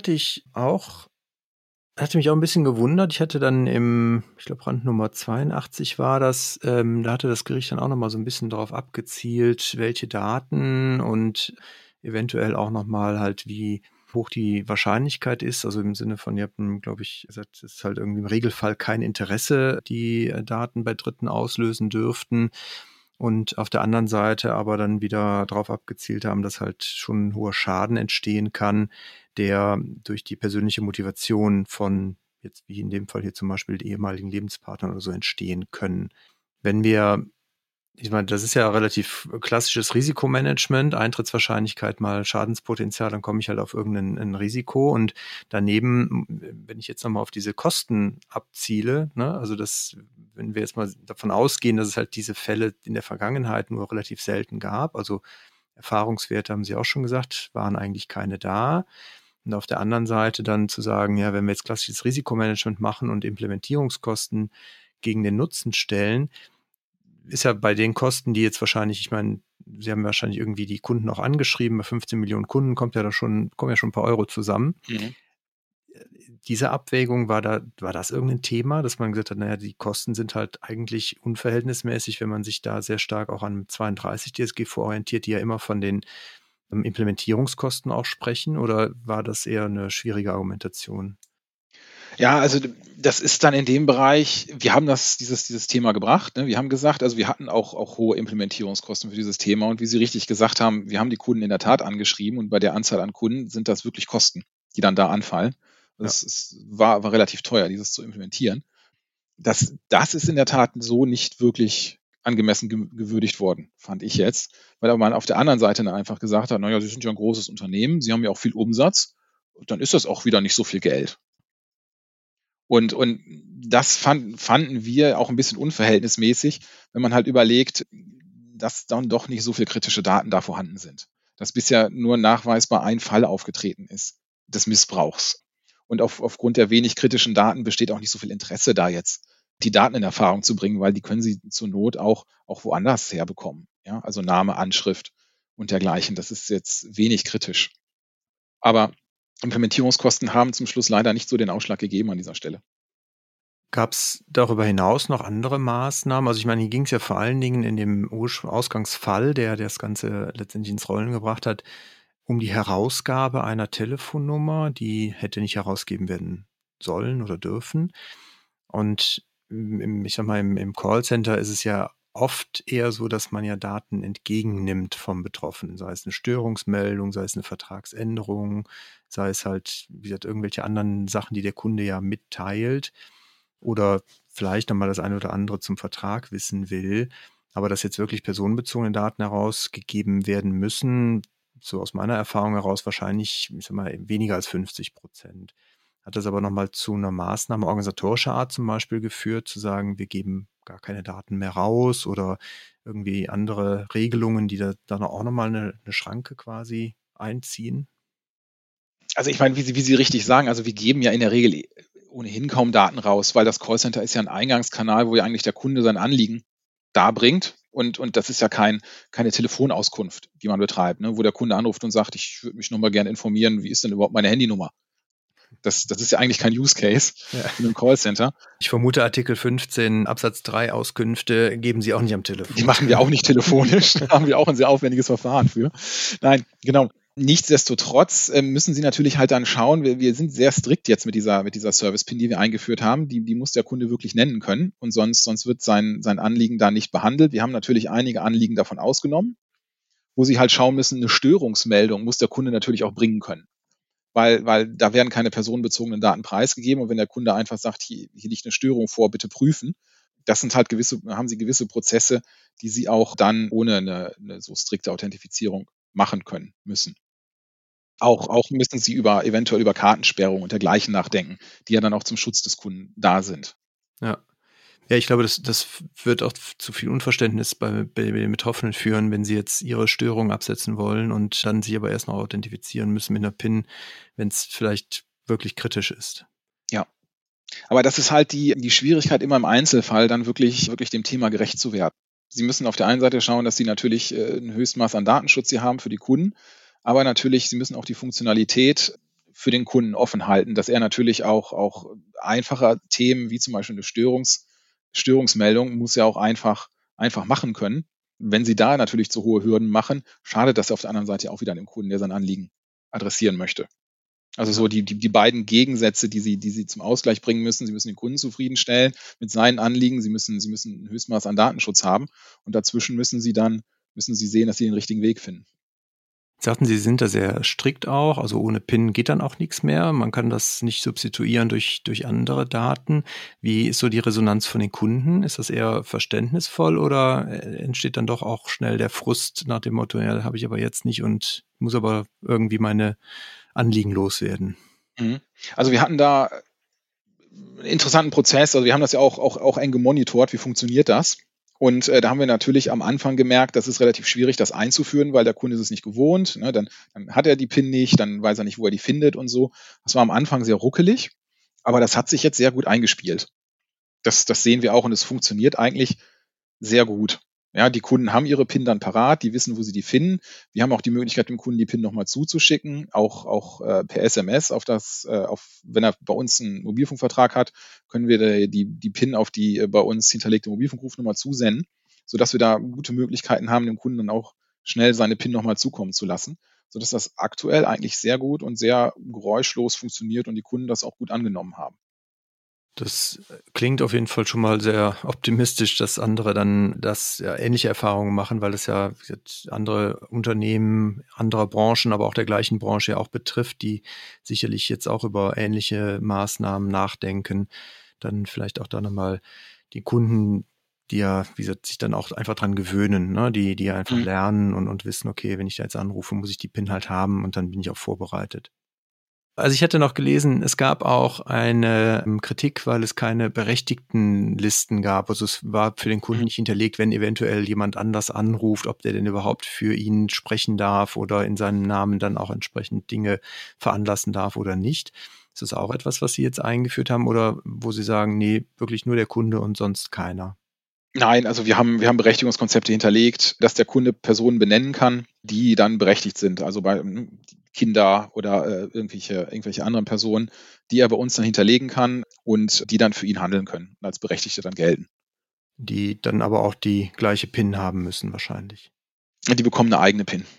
hatte mich auch ein bisschen gewundert. Ich hatte dann ich glaube, Rand Nummer 82 war das, da hatte das Gericht dann auch noch mal so ein bisschen darauf abgezielt, welche Daten und eventuell auch noch mal halt, wie hoch die Wahrscheinlichkeit ist. Also, im Sinne von, ihr habt, glaube ich, gesagt, es ist halt irgendwie im Regelfall kein Interesse, die Daten bei Dritten auslösen dürften. Und auf der anderen Seite aber dann wieder darauf abgezielt haben, dass halt schon 'n hoher Schaden entstehen kann, der durch die persönliche Motivation von jetzt wie in dem Fall hier zum Beispiel ehemaligen Lebenspartnern oder so entstehen können. Wenn wir Ich meine, das ist ja relativ klassisches Risikomanagement, Eintrittswahrscheinlichkeit mal Schadenspotenzial, dann komme ich halt auf irgendein 'n Risiko und daneben, wenn ich jetzt noch mal auf diese Kosten abziele, ne, also wenn wir jetzt mal davon ausgehen, dass es halt diese Fälle in der Vergangenheit nur relativ selten gab, also Erfahrungswerte, haben Sie auch schon gesagt, waren eigentlich keine da. Und auf der anderen Seite dann zu sagen, ja, wenn wir jetzt klassisches Risikomanagement machen und Implementierungskosten gegen den Nutzen stellen, ist ja bei den Kosten, die jetzt wahrscheinlich, ich meine, Sie haben wahrscheinlich irgendwie die Kunden auch angeschrieben, bei 15 Millionen Kunden kommen ja schon ein paar Euro zusammen. Mhm. Diese Abwägung, war das irgendein Thema, dass man gesagt hat, naja, die Kosten sind halt eigentlich unverhältnismäßig, wenn man sich da sehr stark auch an 32 DSGVO orientiert, die ja immer von den Implementierungskosten auch sprechen, oder war das eher eine schwierige Argumentation? Ja, also das ist dann in dem Bereich, wir haben dieses Thema gebracht. Ne? Wir haben gesagt, also wir hatten auch hohe Implementierungskosten für dieses Thema. Und wie Sie richtig gesagt haben, wir haben die Kunden in der Tat angeschrieben und bei der Anzahl an Kunden sind das wirklich Kosten, die dann da anfallen. Ja. War relativ teuer, dieses zu implementieren. Das ist in der Tat so nicht wirklich angemessen gewürdigt worden, fand ich jetzt. Weil aber man auf der anderen Seite dann einfach gesagt hat, naja, Sie sind ja ein großes Unternehmen, Sie haben ja auch viel Umsatz, dann ist das auch wieder nicht so viel Geld. Und das fanden wir auch ein bisschen unverhältnismäßig, wenn man halt überlegt, dass dann doch nicht so viel kritische Daten da vorhanden sind. Dass bisher nur nachweisbar ein Fall aufgetreten ist des Missbrauchs. Und aufgrund der wenig kritischen Daten besteht auch nicht so viel Interesse da jetzt, die Daten in Erfahrung zu bringen, weil die können Sie zur Not auch woanders herbekommen. Ja, also Name, Anschrift und dergleichen. Das ist jetzt wenig kritisch. Aber Implementierungskosten haben zum Schluss leider nicht so den Ausschlag gegeben an dieser Stelle. Gab es darüber hinaus noch andere Maßnahmen? Also, ich meine, hier ging es ja vor allen Dingen in dem Ausgangsfall, der das Ganze letztendlich ins Rollen gebracht hat, um die Herausgabe einer Telefonnummer, die hätte nicht herausgegeben werden sollen oder dürfen. Und ich sage mal, im Callcenter ist es ja oft eher so, dass man ja Daten entgegennimmt vom Betroffenen, sei es eine Störungsmeldung, sei es eine Vertragsänderung, sei es halt, wie gesagt, irgendwelche anderen Sachen, die der Kunde ja mitteilt oder vielleicht noch mal das eine oder andere zum Vertrag wissen will. Aber dass jetzt wirklich personenbezogene Daten herausgegeben werden müssen, so aus meiner Erfahrung heraus wahrscheinlich, ich sage mal, weniger als 50%. Hat das aber noch mal zu einer Maßnahme organisatorischer Art zum Beispiel geführt, zu sagen, wir geben gar keine Daten mehr raus oder irgendwie andere Regelungen, die da dann auch noch mal 'ne Schranke quasi einziehen? Also ich meine, wie Sie richtig sagen, also wir geben ja in der Regel ohnehin kaum Daten raus, weil das Callcenter ist ja ein Eingangskanal, wo ja eigentlich der Kunde sein Anliegen darbringt. Und das ist ja keine Telefonauskunft, die man betreibt, ne, wo der Kunde anruft und sagt, ich würde mich noch mal gerne informieren, wie ist denn überhaupt meine Handynummer? Das ist ja eigentlich kein Use Case Ja. in einem Callcenter. Ich vermute, Artikel 15 Absatz 3 Auskünfte geben Sie auch nicht am Telefon. Die machen wir auch nicht telefonisch, da haben wir auch ein sehr aufwendiges Verfahren für. Nein, genau. Nichtsdestotrotz müssen Sie natürlich halt dann schauen, wir sind sehr strikt jetzt mit dieser Service-Pin, die wir eingeführt haben. Die muss der Kunde wirklich nennen können und sonst wird sein Anliegen da nicht behandelt. Wir haben natürlich einige Anliegen davon ausgenommen, wo Sie halt schauen müssen, eine Störungsmeldung muss der Kunde natürlich auch bringen können. Weil da werden keine personenbezogenen Daten preisgegeben und wenn der Kunde einfach sagt, hier liegt eine Störung vor, bitte prüfen, das sind halt haben Sie gewisse Prozesse, die Sie auch dann ohne eine so strikte Authentifizierung machen können müssen. Auch müssen Sie eventuell über Kartensperrung und dergleichen nachdenken, die ja dann auch zum Schutz des Kunden da sind. Ja. Ja, ich glaube, das wird auch zu viel Unverständnis bei den Betroffenen führen, wenn sie jetzt ihre Störung absetzen wollen und dann sie aber erst noch authentifizieren müssen mit einer PIN, wenn es vielleicht wirklich kritisch ist. Ja. Aber das ist halt die Schwierigkeit immer im Einzelfall, dann wirklich dem Thema gerecht zu werden. Sie müssen auf der einen Seite schauen, dass Sie natürlich ein Höchstmaß an Datenschutz hier haben für die Kunden, aber natürlich, Sie müssen auch die Funktionalität für den Kunden offen halten, dass er natürlich auch einfache Themen wie zum Beispiel eine Störungsmeldung muss ja auch einfach machen können. Wenn Sie da natürlich zu hohe Hürden machen, schadet das auf der anderen Seite auch wieder dem Kunden, der sein Anliegen adressieren möchte. Also so die beiden Gegensätze, die Sie zum Ausgleich bringen müssen. Sie müssen den Kunden zufriedenstellen mit seinen Anliegen. Sie müssen ein Höchstmaß an Datenschutz haben. Und dazwischen müssen Sie sehen, dass Sie den richtigen Weg finden. Sie sagten, Sie sind da sehr strikt auch, also ohne PIN geht dann auch nichts mehr. Man kann das nicht substituieren durch andere Daten. Wie ist so die Resonanz von den Kunden? Ist das eher verständnisvoll oder entsteht dann doch auch schnell der Frust nach dem Motto, ja, habe ich aber jetzt nicht und muss aber irgendwie meine Anliegen loswerden? Also wir hatten da einen interessanten Prozess. Also wir haben das ja auch eng gemonitort. Wie funktioniert das? Und da haben wir natürlich am Anfang gemerkt, das ist relativ schwierig, das einzuführen, weil der Kunde ist es nicht gewohnt. Ne? Dann hat er die PIN nicht, dann weiß er nicht, wo er die findet und so. Das war am Anfang sehr ruckelig, aber das hat sich jetzt sehr gut eingespielt. Das sehen wir auch und es funktioniert eigentlich sehr gut. Ja, die Kunden haben ihre PIN dann parat, die wissen, wo sie die finden. Wir haben auch die Möglichkeit, dem Kunden die PIN nochmal zuzuschicken, auch per SMS wenn er bei uns einen Mobilfunkvertrag hat, können wir die PIN auf die bei uns hinterlegte Mobilfunkrufnummer zusenden, sodass wir da gute Möglichkeiten haben, dem Kunden dann auch schnell seine PIN nochmal zukommen zu lassen, sodass das aktuell eigentlich sehr gut und sehr geräuschlos funktioniert und die Kunden das auch gut angenommen haben. Das klingt auf jeden Fall schon mal sehr optimistisch, dass andere dann ähnliche Erfahrungen machen, weil es ja andere Unternehmen, anderer Branchen, aber auch der gleichen Branche ja auch betrifft, die sicherlich jetzt auch über ähnliche Maßnahmen nachdenken. Dann vielleicht auch da nochmal die Kunden, die ja, wie gesagt, sich dann auch einfach dran gewöhnen, ne? Die einfach lernen und wissen, okay, wenn ich da jetzt anrufe, muss ich die PIN halt haben und dann bin ich auch vorbereitet. Also ich hatte noch gelesen, es gab auch eine Kritik, weil es keine berechtigten Listen gab. Also es war für den Kunden nicht hinterlegt, wenn eventuell jemand anders anruft, ob der denn überhaupt für ihn sprechen darf oder in seinem Namen dann auch entsprechend Dinge veranlassen darf oder nicht. Ist das auch etwas, was Sie jetzt eingeführt haben oder wo Sie sagen, nee, wirklich nur der Kunde und sonst keiner? Nein, also wir haben Berechtigungskonzepte hinterlegt, dass der Kunde Personen benennen kann, die dann berechtigt sind. Also bei Kinder oder irgendwelche anderen Personen, die er bei uns dann hinterlegen kann und die dann für ihn handeln können und als Berechtigte dann gelten. Die dann aber auch die gleiche PIN haben müssen wahrscheinlich. Und die bekommen eine eigene PIN.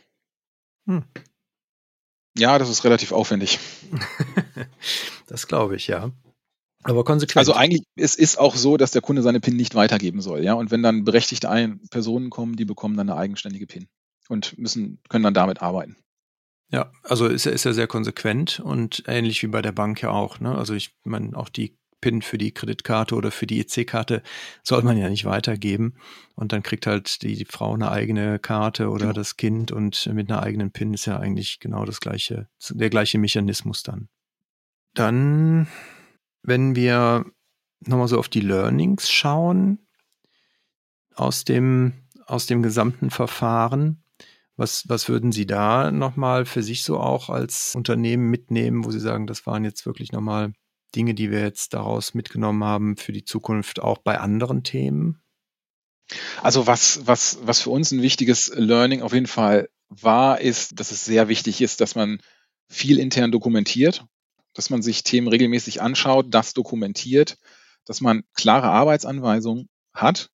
Ja, das ist relativ aufwendig. Das glaube ich, ja. Aber konsequent. Also eigentlich, es ist auch so, dass der Kunde seine PIN nicht weitergeben soll, ja. Und wenn dann berechtigte Personen kommen, die bekommen dann eine eigenständige PIN und können dann damit arbeiten. Ja, also ist ja sehr konsequent und ähnlich wie bei der Bank ja auch, ne? Also ich meine, auch die PIN für die Kreditkarte oder für die EC-Karte soll man ja nicht weitergeben. Und dann kriegt halt die Frau eine eigene Karte oder das Kind und mit einer eigenen PIN ist ja eigentlich genau der gleiche Mechanismus dann. Dann, wenn wir nochmal so auf die Learnings schauen aus dem gesamten Verfahren, was würden Sie da nochmal für sich so auch als Unternehmen mitnehmen, wo Sie sagen, das waren jetzt wirklich nochmal Dinge, die wir jetzt daraus mitgenommen haben für die Zukunft auch bei anderen Themen? Also was für uns ein wichtiges Learning auf jeden Fall war, ist, dass es sehr wichtig ist, dass man viel intern dokumentiert. dass man sich Themen regelmäßig anschaut, das dokumentiert, dass man klare Arbeitsanweisungen hat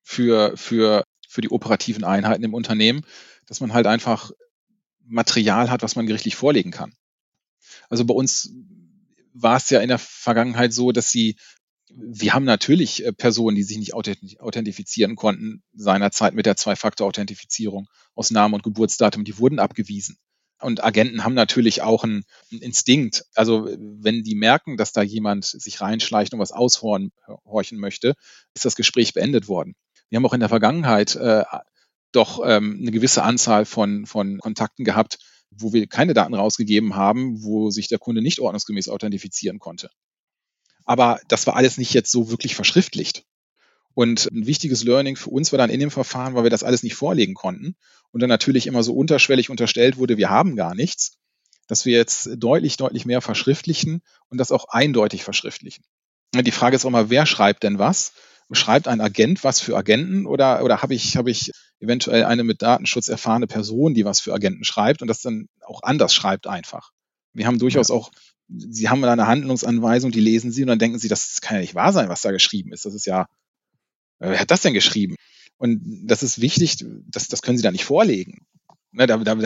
für die operativen Einheiten im Unternehmen, dass man halt einfach Material hat, was man gerichtlich vorlegen kann. Also bei uns war es ja in der Vergangenheit so, dass wir haben natürlich Personen, die sich nicht authentifizieren konnten, seinerzeit mit der Zwei-Faktor-Authentifizierung aus Namen und Geburtsdatum, die wurden abgewiesen. Und Agenten haben natürlich auch einen Instinkt. Also wenn die merken, dass da jemand sich reinschleicht und was aushorchen möchte, ist das Gespräch beendet worden. Wir haben auch in der Vergangenheit doch eine gewisse Anzahl von Kontakten gehabt, wo wir keine Daten rausgegeben haben, wo sich der Kunde nicht ordnungsgemäß authentifizieren konnte. Aber das war alles nicht jetzt so wirklich verschriftlicht. Und ein wichtiges Learning für uns war dann in dem Verfahren, weil wir das alles nicht vorlegen konnten und dann natürlich immer so unterschwellig unterstellt wurde, wir haben gar nichts, dass wir jetzt deutlich, deutlich mehr verschriftlichen und das auch eindeutig verschriftlichen. Die Frage ist auch mal, wer schreibt denn was? Schreibt ein Agent was für Agenten oder habe ich eventuell eine mit Datenschutz erfahrene Person, die was für Agenten schreibt und das dann auch anders schreibt einfach? Wir haben durchaus auch, Sie haben da eine Handlungsanweisung, die lesen Sie und dann denken Sie, das kann ja nicht wahr sein, was da geschrieben ist. Das ist ja, wer hat das denn geschrieben? Und das ist wichtig, das können Sie da nicht vorlegen. Ne,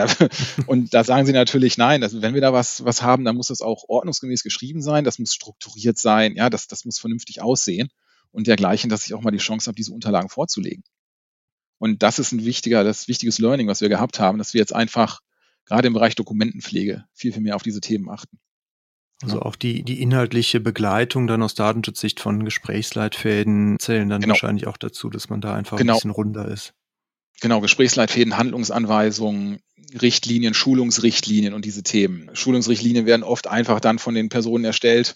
und da sagen Sie natürlich, nein, wenn wir da was haben, dann muss das auch ordnungsgemäß geschrieben sein, das muss strukturiert sein, ja, das muss vernünftig aussehen und dergleichen, dass ich auch mal die Chance habe, diese Unterlagen vorzulegen. Und das ist das wichtiges Learning, was wir gehabt haben, dass wir jetzt einfach gerade im Bereich Dokumentenpflege viel, viel mehr auf diese Themen achten. Also auch die inhaltliche Begleitung dann aus Datenschutzsicht von Gesprächsleitfäden zählen dann wahrscheinlich auch dazu, dass man da einfach ein bisschen runder ist. Genau, Gesprächsleitfäden, Handlungsanweisungen, Richtlinien, Schulungsrichtlinien und diese Themen. Schulungsrichtlinien werden oft einfach dann von den Personen erstellt,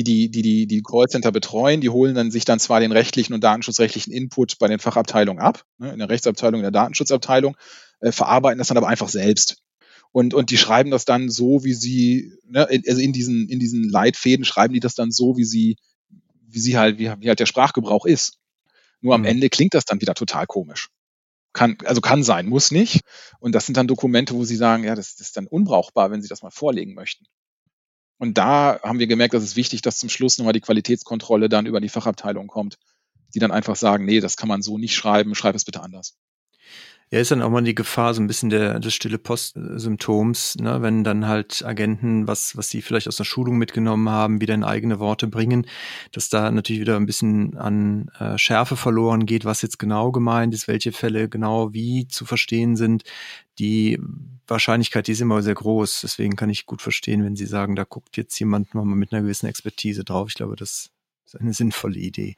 die Callcenter betreuen. Die holen dann sich dann zwar den rechtlichen und datenschutzrechtlichen Input bei den Fachabteilungen ab, ne, in der Rechtsabteilung, in der Datenschutzabteilung, verarbeiten das dann aber einfach selbst. Und die schreiben das dann so, wie sie, ne, also in diesen Leitfäden schreiben die das dann so, wie halt der Sprachgebrauch ist. Nur am Ende klingt das dann wieder total komisch. Kann sein, muss nicht. Und das sind dann Dokumente, wo Sie sagen, ja, das ist dann unbrauchbar, wenn Sie das mal vorlegen möchten. Und da haben wir gemerkt, dass es wichtig, dass zum Schluss nochmal die Qualitätskontrolle dann über die Fachabteilung kommt, die dann einfach sagen, nee, das kann man so nicht schreiben, schreib es bitte anders. Ja, ist dann auch mal die Gefahr so ein bisschen des stille Post-Symptoms, ne, wenn dann halt Agenten, was sie vielleicht aus der Schulung mitgenommen haben, wieder in eigene Worte bringen, dass da natürlich wieder ein bisschen an Schärfe verloren geht, was jetzt genau gemeint ist, welche Fälle genau wie zu verstehen sind. Die Wahrscheinlichkeit, die ist immer sehr groß. Deswegen kann ich gut verstehen, wenn Sie sagen, da guckt jetzt jemand nochmal mit einer gewissen Expertise drauf. Ich glaube, das ist eine sinnvolle Idee.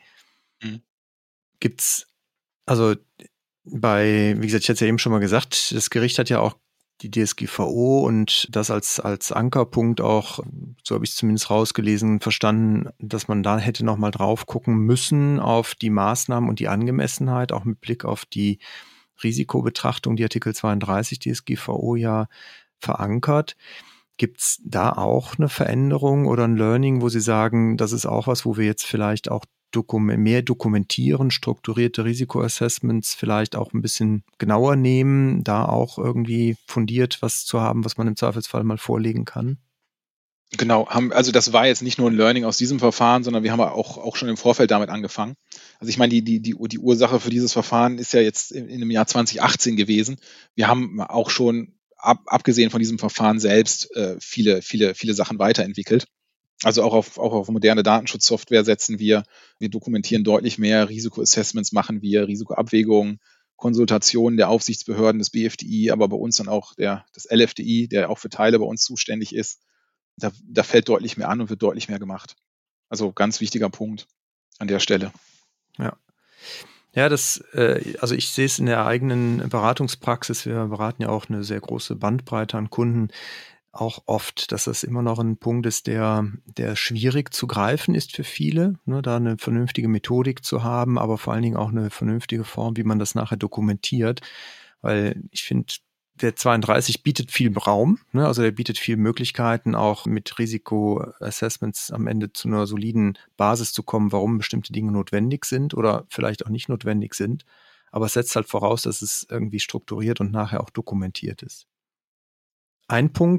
Gibt's, also wie gesagt, ich hatte es ja eben schon mal gesagt, das Gericht hat ja auch die DSGVO und das als Ankerpunkt auch, so habe ich es zumindest rausgelesen, verstanden, dass man da hätte noch mal drauf gucken müssen auf die Maßnahmen und die Angemessenheit, auch mit Blick auf die Risikobetrachtung, die Artikel 32 DSGVO ja verankert. Gibt es da auch eine Veränderung oder ein Learning, wo Sie sagen, das ist auch was, wo wir jetzt vielleicht auch mehr dokumentieren, strukturierte Risikoassessments vielleicht auch ein bisschen genauer nehmen, da auch irgendwie fundiert was zu haben, was man im Zweifelsfall mal vorlegen kann? Genau, also das war jetzt nicht nur ein Learning aus diesem Verfahren, sondern wir haben auch schon im Vorfeld damit angefangen. Also ich meine, die Ursache für dieses Verfahren ist ja jetzt in dem Jahr 2018 gewesen. Wir haben auch schon, abgesehen von diesem Verfahren selbst, viele Sachen weiterentwickelt. Also auch auf moderne Datenschutzsoftware setzen wir dokumentieren deutlich mehr, Risikoassessments machen wir, Risikoabwägungen, Konsultationen der Aufsichtsbehörden des BFDI, aber bei uns dann auch des LFDI, der auch für Teile bei uns zuständig ist. Da fällt deutlich mehr an und wird deutlich mehr gemacht. Also ganz wichtiger Punkt an der Stelle. Ja. Ja, also ich sehe es in der eigenen Beratungspraxis. Wir beraten ja auch eine sehr große Bandbreite an Kunden. Auch oft, dass das immer noch ein Punkt ist, der schwierig zu greifen ist für viele, ne, da eine vernünftige Methodik zu haben, aber vor allen Dingen auch eine vernünftige Form, wie man das nachher dokumentiert. Weil ich finde, der 32 bietet viel Raum, ne, also der bietet viele Möglichkeiten, auch mit Risikoassessments am Ende zu einer soliden Basis zu kommen, warum bestimmte Dinge notwendig sind oder vielleicht auch nicht notwendig sind. Aber es setzt halt voraus, dass es irgendwie strukturiert und nachher auch dokumentiert ist. Ein Punkt,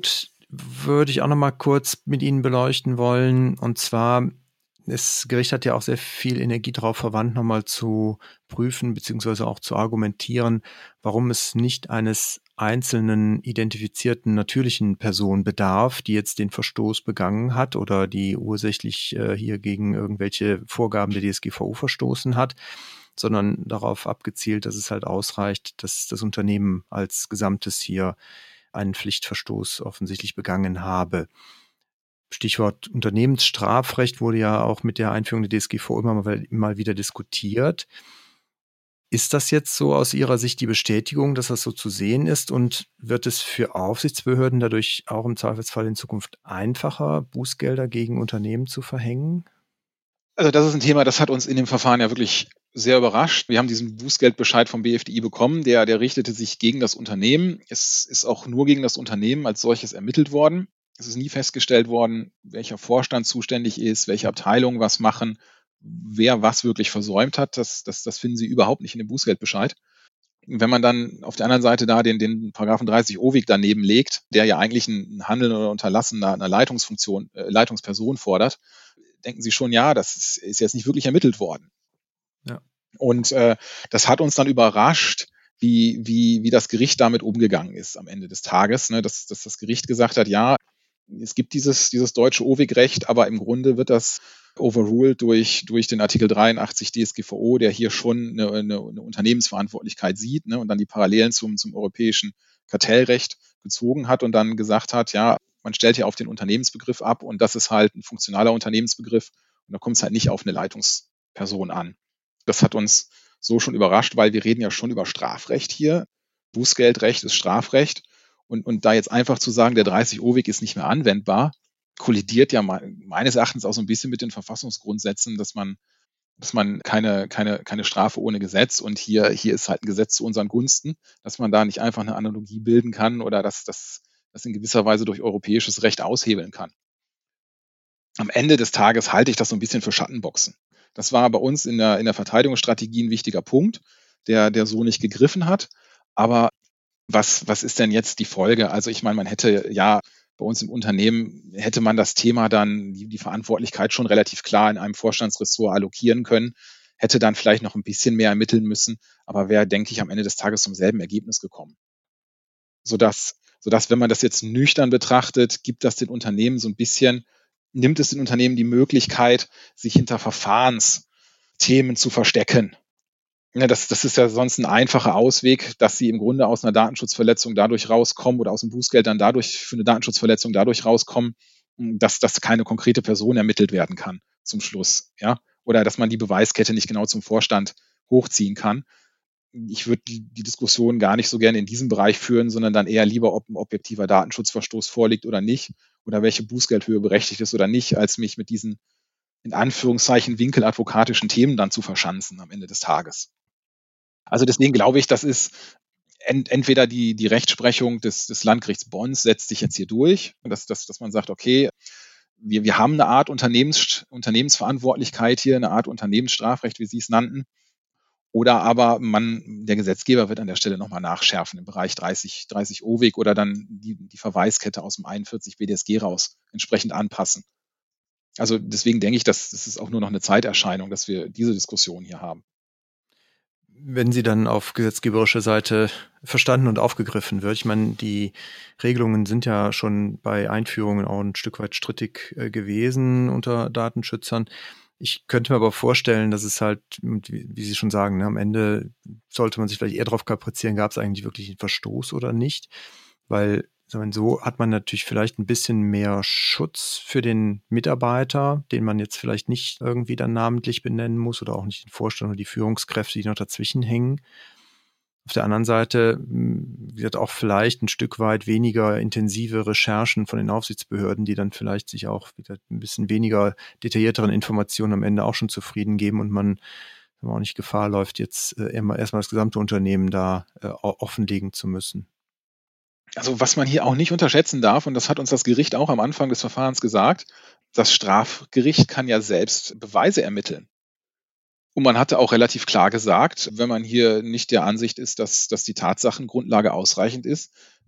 würde ich auch noch mal kurz mit Ihnen beleuchten wollen. Und zwar, das Gericht hat ja auch sehr viel Energie darauf verwandt, noch mal zu prüfen beziehungsweise auch zu argumentieren, warum es nicht eines einzelnen identifizierten natürlichen Person bedarf, die jetzt den Verstoß begangen hat oder die ursächlich hier gegen irgendwelche Vorgaben der DSGVO verstoßen hat, sondern darauf abgezielt, dass es halt ausreicht, dass das Unternehmen als Gesamtes hier einen Pflichtverstoß offensichtlich begangen habe. Stichwort Unternehmensstrafrecht wurde ja auch mit der Einführung der DSGVO immer mal wieder diskutiert. Ist das jetzt so aus Ihrer Sicht die Bestätigung, dass das so zu sehen ist? Und wird es für Aufsichtsbehörden dadurch auch im Zweifelsfall in Zukunft einfacher, Bußgelder gegen Unternehmen zu verhängen? Also das ist ein Thema, das hat uns in dem Verfahren ja wirklich sehr überrascht. Wir haben diesen Bußgeldbescheid vom BfDI bekommen, der richtete sich gegen das Unternehmen. Es ist auch nur gegen das Unternehmen als solches ermittelt worden. Es ist nie festgestellt worden, welcher Vorstand zuständig ist, welche Abteilungen was machen, wer was wirklich versäumt hat. Das finden Sie überhaupt nicht in dem Bußgeldbescheid. Wenn man dann auf der anderen Seite da den Paragraphen 30 OWIG daneben legt, der ja eigentlich ein Handeln oder Unterlassen einer Leitungsperson fordert, denken Sie schon, ja, das ist jetzt nicht wirklich ermittelt worden. Ja. Und das hat uns dann überrascht, wie das Gericht damit umgegangen ist am Ende des Tages, ne? Dass das Gericht gesagt hat, ja, es gibt dieses deutsche OWIG-Recht, aber im Grunde wird das overruled durch den Artikel 83 DSGVO, der hier schon eine Unternehmensverantwortlichkeit sieht, ne, und dann die Parallelen zum europäischen Kartellrecht gezogen hat und dann gesagt hat, ja, man stellt hier auf den Unternehmensbegriff ab und das ist halt ein funktionaler Unternehmensbegriff und da kommt es halt nicht auf eine Leitungsperson an. Das hat uns so schon überrascht, weil wir reden ja schon über Strafrecht hier. Bußgeldrecht ist Strafrecht. Und da jetzt einfach zu sagen, der 30 OWIG ist nicht mehr anwendbar, kollidiert ja meines Erachtens auch so ein bisschen mit den Verfassungsgrundsätzen, dass man keine Strafe ohne Gesetz und hier ist halt ein Gesetz zu unseren Gunsten, dass man da nicht einfach eine Analogie bilden kann oder das in gewisser Weise durch europäisches Recht aushebeln kann. Am Ende des Tages halte ich das so ein bisschen für Schattenboxen. Das war bei uns in der Verteidigungsstrategie ein wichtiger Punkt, der so nicht gegriffen hat. Aber was ist denn jetzt die Folge? Also ich meine, man hätte ja bei uns im Unternehmen hätte man das Thema dann, die Verantwortlichkeit schon relativ klar in einem Vorstandsressort allokieren können, hätte dann vielleicht noch ein bisschen mehr ermitteln müssen, aber wäre, denke ich, am Ende des Tages zum selben Ergebnis gekommen. Sodass, wenn man das jetzt nüchtern betrachtet, nimmt es den Unternehmen die Möglichkeit, sich hinter Verfahrensthemen zu verstecken. Ja, das ist ja sonst ein einfacher Ausweg, dass sie im Grunde aus einer Datenschutzverletzung dadurch rauskommen oder aus dem Bußgeld dann dadurch für eine Datenschutzverletzung dadurch rauskommen, dass keine konkrete Person ermittelt werden kann zum Schluss, ja, oder dass man die Beweiskette nicht genau zum Vorstand hochziehen kann. Ich würde die Diskussion gar nicht so gerne in diesem Bereich führen, sondern dann eher lieber, ob ein objektiver Datenschutzverstoß vorliegt oder nicht oder welche Bußgeldhöhe berechtigt ist oder nicht, als mich mit diesen in Anführungszeichen winkeladvokatischen Themen dann zu verschanzen am Ende des Tages. Also deswegen glaube ich, das ist entweder die Rechtsprechung des Landgerichts Bonn setzt sich jetzt hier durch, dass man sagt, okay, wir haben eine Art Unternehmensverantwortlichkeit hier, eine Art Unternehmensstrafrecht, wie Sie es nannten. Oder aber der Gesetzgeber wird an der Stelle nochmal nachschärfen im Bereich 30 OWIG oder dann die Verweiskette aus dem 41 BDSG raus entsprechend anpassen. Also deswegen denke ich, das ist auch nur noch eine Zeiterscheinung, dass wir diese Diskussion hier haben. Wenn sie dann auf gesetzgeberischer Seite verstanden und aufgegriffen wird. Ich meine, die Regelungen sind ja schon bei Einführungen auch ein Stück weit strittig gewesen unter Datenschützern. Ich könnte mir aber vorstellen, dass es halt, wie Sie schon sagen, ne, am Ende sollte man sich vielleicht eher darauf kaprizieren, gab es eigentlich wirklich einen Verstoß oder nicht, weil so hat man natürlich vielleicht ein bisschen mehr Schutz für den Mitarbeiter, den man jetzt vielleicht nicht irgendwie dann namentlich benennen muss oder auch nicht den Vorstand oder die Führungskräfte, die noch dazwischen hängen. Auf der anderen Seite wird auch vielleicht ein Stück weit weniger intensive Recherchen von den Aufsichtsbehörden, die dann vielleicht sich auch wieder ein bisschen weniger detaillierteren Informationen am Ende auch schon zufrieden geben und man auch nicht Gefahr läuft, jetzt erstmal das gesamte Unternehmen da offenlegen zu müssen. Also was man hier auch nicht unterschätzen darf, und das hat uns das Gericht auch am Anfang des Verfahrens gesagt, das Strafgericht kann ja selbst Beweise ermitteln. Und man hatte auch relativ klar gesagt, wenn man hier nicht der Ansicht ist, dass die Tatsachengrundlage ausreichend ist,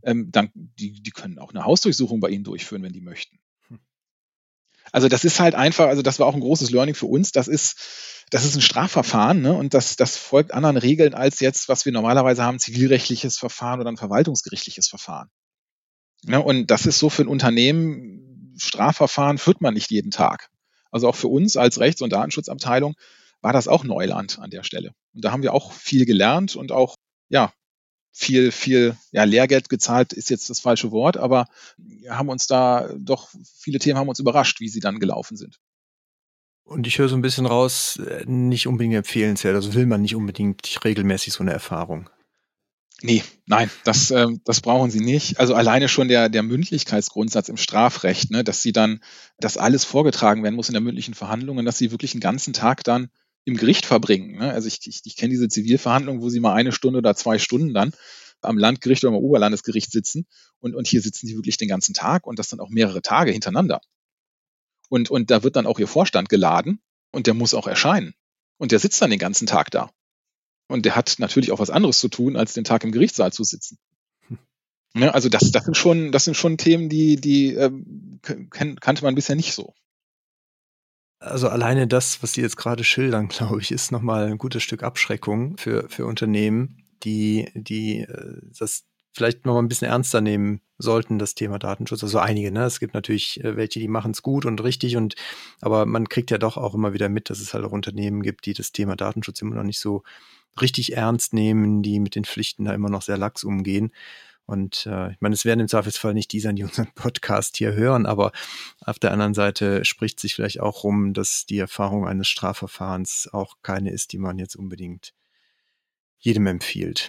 dann die können auch eine Hausdurchsuchung bei Ihnen durchführen, wenn die möchten. Hm. Also das ist halt einfach, also das war auch ein großes Learning für uns. Das ist ein Strafverfahren, ne? Und das folgt anderen Regeln als jetzt, was wir normalerweise haben, zivilrechtliches Verfahren oder ein verwaltungsgerichtliches Verfahren. Ne? Und das ist so für ein Unternehmen, Strafverfahren führt man nicht jeden Tag. Also auch für uns als Rechts- und Datenschutzabteilung war das auch Neuland an der Stelle. Und da haben wir auch viel gelernt und auch, ja, viel, ja, Lehrgeld gezahlt ist jetzt das falsche Wort, aber wir haben uns da doch, viele Themen haben uns überrascht, wie sie dann gelaufen sind. Und ich höre so ein bisschen raus, nicht unbedingt empfehlenswert. Also will man nicht unbedingt regelmäßig so eine Erfahrung. Nee, nein, das brauchen sie nicht. Also alleine schon der Mündlichkeitsgrundsatz im Strafrecht, ne, dass alles vorgetragen werden muss in der mündlichen Verhandlung und dass sie wirklich einen ganzen Tag dann im Gericht verbringen. Ne? Also ich kenne diese Zivilverhandlungen, wo sie mal 1 Stunde oder 2 Stunden dann am Landgericht oder am Oberlandesgericht sitzen und hier sitzen sie wirklich den ganzen Tag und das dann auch mehrere Tage hintereinander. Und da wird dann auch ihr Vorstand geladen und der muss auch erscheinen. Und der sitzt dann den ganzen Tag da. Und der hat natürlich auch was anderes zu tun, als den Tag im Gerichtssaal zu sitzen. Ne, also das sind schon Themen, kannte man bisher nicht so. Also alleine das, was Sie jetzt gerade schildern, glaube ich, ist noch mal 'n gutes Stück Abschreckung für Unternehmen, die das vielleicht noch mal 'n bisschen ernster nehmen sollten, das Thema Datenschutz. Also einige, ne? Es gibt natürlich, welche, die machen's gut und richtig aber man kriegt ja doch auch immer wieder mit, dass es halt auch Unternehmen gibt, die das Thema Datenschutz immer noch nicht so richtig ernst nehmen, die mit den Pflichten da immer noch sehr lax umgehen. Und ich meine, es werden im Zweifelsfall nicht die sein, die unseren Podcast hier hören, aber auf der anderen Seite spricht sich vielleicht auch rum, dass die Erfahrung eines Strafverfahrens auch keine ist, die man jetzt unbedingt jedem empfiehlt.